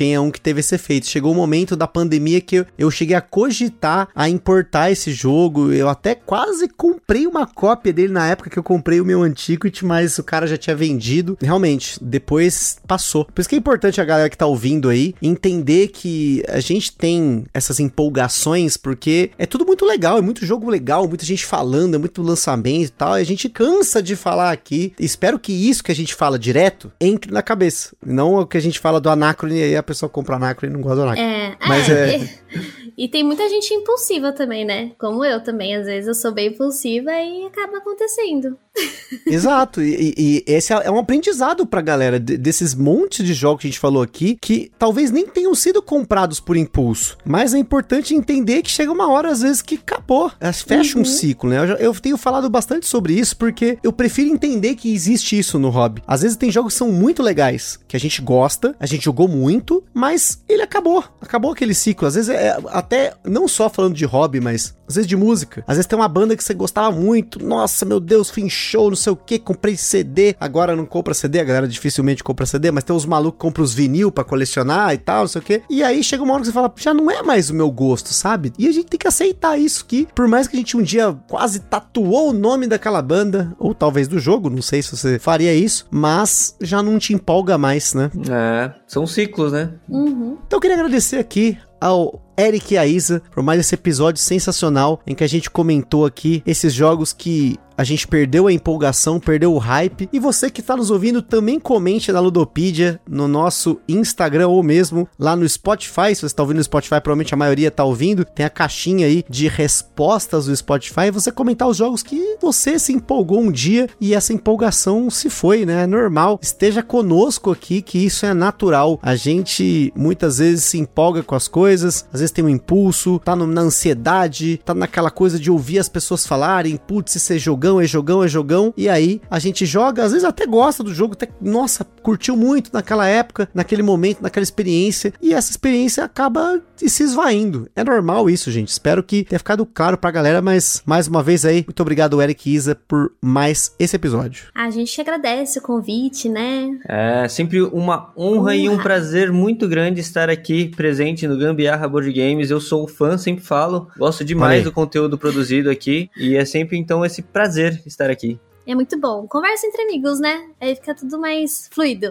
teve esse efeito. Chegou o momento da pandemia que eu, eu cheguei a cogitar a importar esse jogo. Eu até quase comprei uma cópia dele na época que eu comprei o meu Antiquity, mas o cara já tinha vendido. Realmente, depois passou. Por isso que é importante a galera que tá ouvindo aí entender que a gente tem essas empolgações, porque é tudo muito legal, é muito jogo legal, muita gente falando, é muito lançamento e tal, e a gente cansa de falar aqui. Espero que isso que a gente fala direto entre na cabeça, não o que a gente fala do Anacrone, e aí a pessoa compra Anacrone e não gosta do Anacrone. É, mas é... é... E tem muita gente impulsiva também, né? Como eu também, às vezes eu sou bem impulsiva e acaba acontecendo. Exato, e, e esse é um aprendizado pra galera, desses montes de jogos que a gente falou aqui, que talvez nem tenham sido comprados por impulso, mas é importante entender que chega uma hora, às vezes, que acabou, fecha uhum. um ciclo, né? Eu, já, eu tenho falado bastante sobre isso, porque eu prefiro entender que existe isso no hobby. Às vezes tem jogos que são muito legais, que a gente gosta, a gente jogou muito, mas ele acabou, acabou aquele ciclo. Às vezes, é, até, não só falando de hobby, mas às vezes de música. Às vezes tem uma banda que você gostava muito, nossa, meu Deus, fui em show, não sei o que, comprei C D, agora não compra C D, a galera dificilmente compra C D, mas tem uns malucos que compram os vinil pra colecionar e tal, não sei o que, e aí chega uma hora que você fala, já não é mais o meu gosto, sabe? E a gente tem que aceitar isso, que por mais que a gente um dia quase tatuou o nome daquela banda, ou talvez do jogo, não sei se você faria isso, mas já não te empolga mais, né? É, são ciclos, né? Uhum. Então eu queria agradecer aqui ao Eric e a Isa por mais esse episódio sensacional em que a gente comentou aqui esses jogos que a gente perdeu a empolgação, perdeu o hype. E você que está nos ouvindo, também comente na Ludopedia, no nosso Instagram ou mesmo lá no Spotify. Se você está ouvindo no Spotify, provavelmente a maioria está ouvindo. Tem a caixinha aí de respostas do Spotify. Você comentar os jogos que você se empolgou um dia e essa empolgação se foi, né? É normal. Esteja conosco aqui, que isso é natural. A gente muitas vezes se empolga com as coisas, às vezes tem um impulso, tá no, na ansiedade, tá naquela coisa de ouvir as pessoas falarem, putz, isso é jogão, é jogão, é jogão, e aí a gente joga, às vezes até gosta do jogo, até, nossa, curtiu muito naquela época, naquele momento, naquela experiência, e essa experiência acaba se esvaindo. É normal isso, gente. Espero que tenha ficado claro pra galera, mas mais uma vez aí, muito obrigado, Eric e Isa, por mais esse episódio. A gente agradece o convite, né? É sempre uma honra, honra. e um prazer muito grande estar aqui presente no Gambiarra Board Games. Eu sou fã, sempre falo, gosto demais do conteúdo produzido aqui, e é sempre então esse prazer estar aqui. É muito bom. Conversa entre amigos, né? Aí fica tudo mais fluido.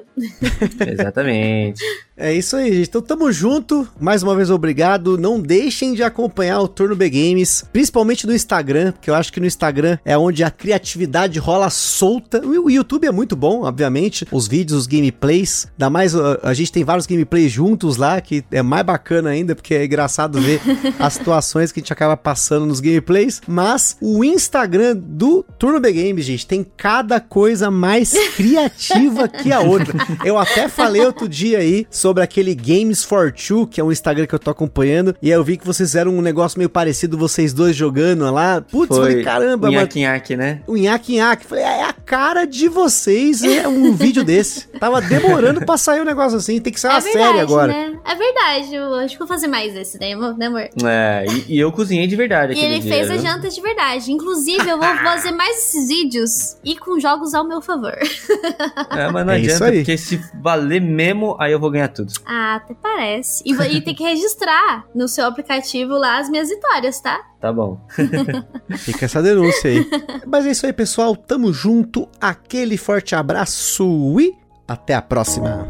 Exatamente. É isso aí, gente. Então tamo junto. Mais uma vez, obrigado. Não deixem de acompanhar o Turno B Games, principalmente no Instagram, porque eu acho que no Instagram é onde a criatividade rola solta. O YouTube é muito bom, obviamente. Os vídeos, os gameplays. Ainda mais, a, a gente tem vários gameplays juntos lá, que é mais bacana ainda, porque é engraçado ver as situações que a gente acaba passando nos gameplays. Mas o Instagram do Turno B Games, gente, tem cada coisa mais criativa que a outra. Eu até falei outro dia aí sobre aquele Games for Two, que é um Instagram que eu tô acompanhando, e aí eu vi que vocês fizeram um negócio meio parecido, vocês dois jogando lá. Putz, falei, caramba, mano. Nhaque, né? O Nhaque Nhaque. Falei, é a cara de vocês, é um vídeo desse. Tava demorando pra sair um negócio assim, tem que ser uma é verdade, série agora. Né? É verdade, eu acho que vou fazer mais esse, né, amor? É, e, e eu cozinhei de verdade E aquele ele dia, fez viu? a janta de verdade. Inclusive, eu vou fazer mais esses vídeos e com jogos ao meu favor. É, mas não é adianta, porque se valer mesmo, aí eu vou ganhar tudo. Ah, até parece. E, e tem que registrar no seu aplicativo lá as minhas vitórias, tá? Tá bom. Fica essa denúncia aí. Mas é isso aí, pessoal. Tamo junto. Aquele forte abraço e até a próxima.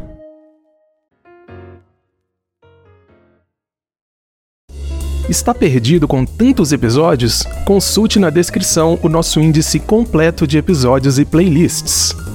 Está perdido com tantos episódios? Consulte na descrição o nosso índice completo de episódios e playlists.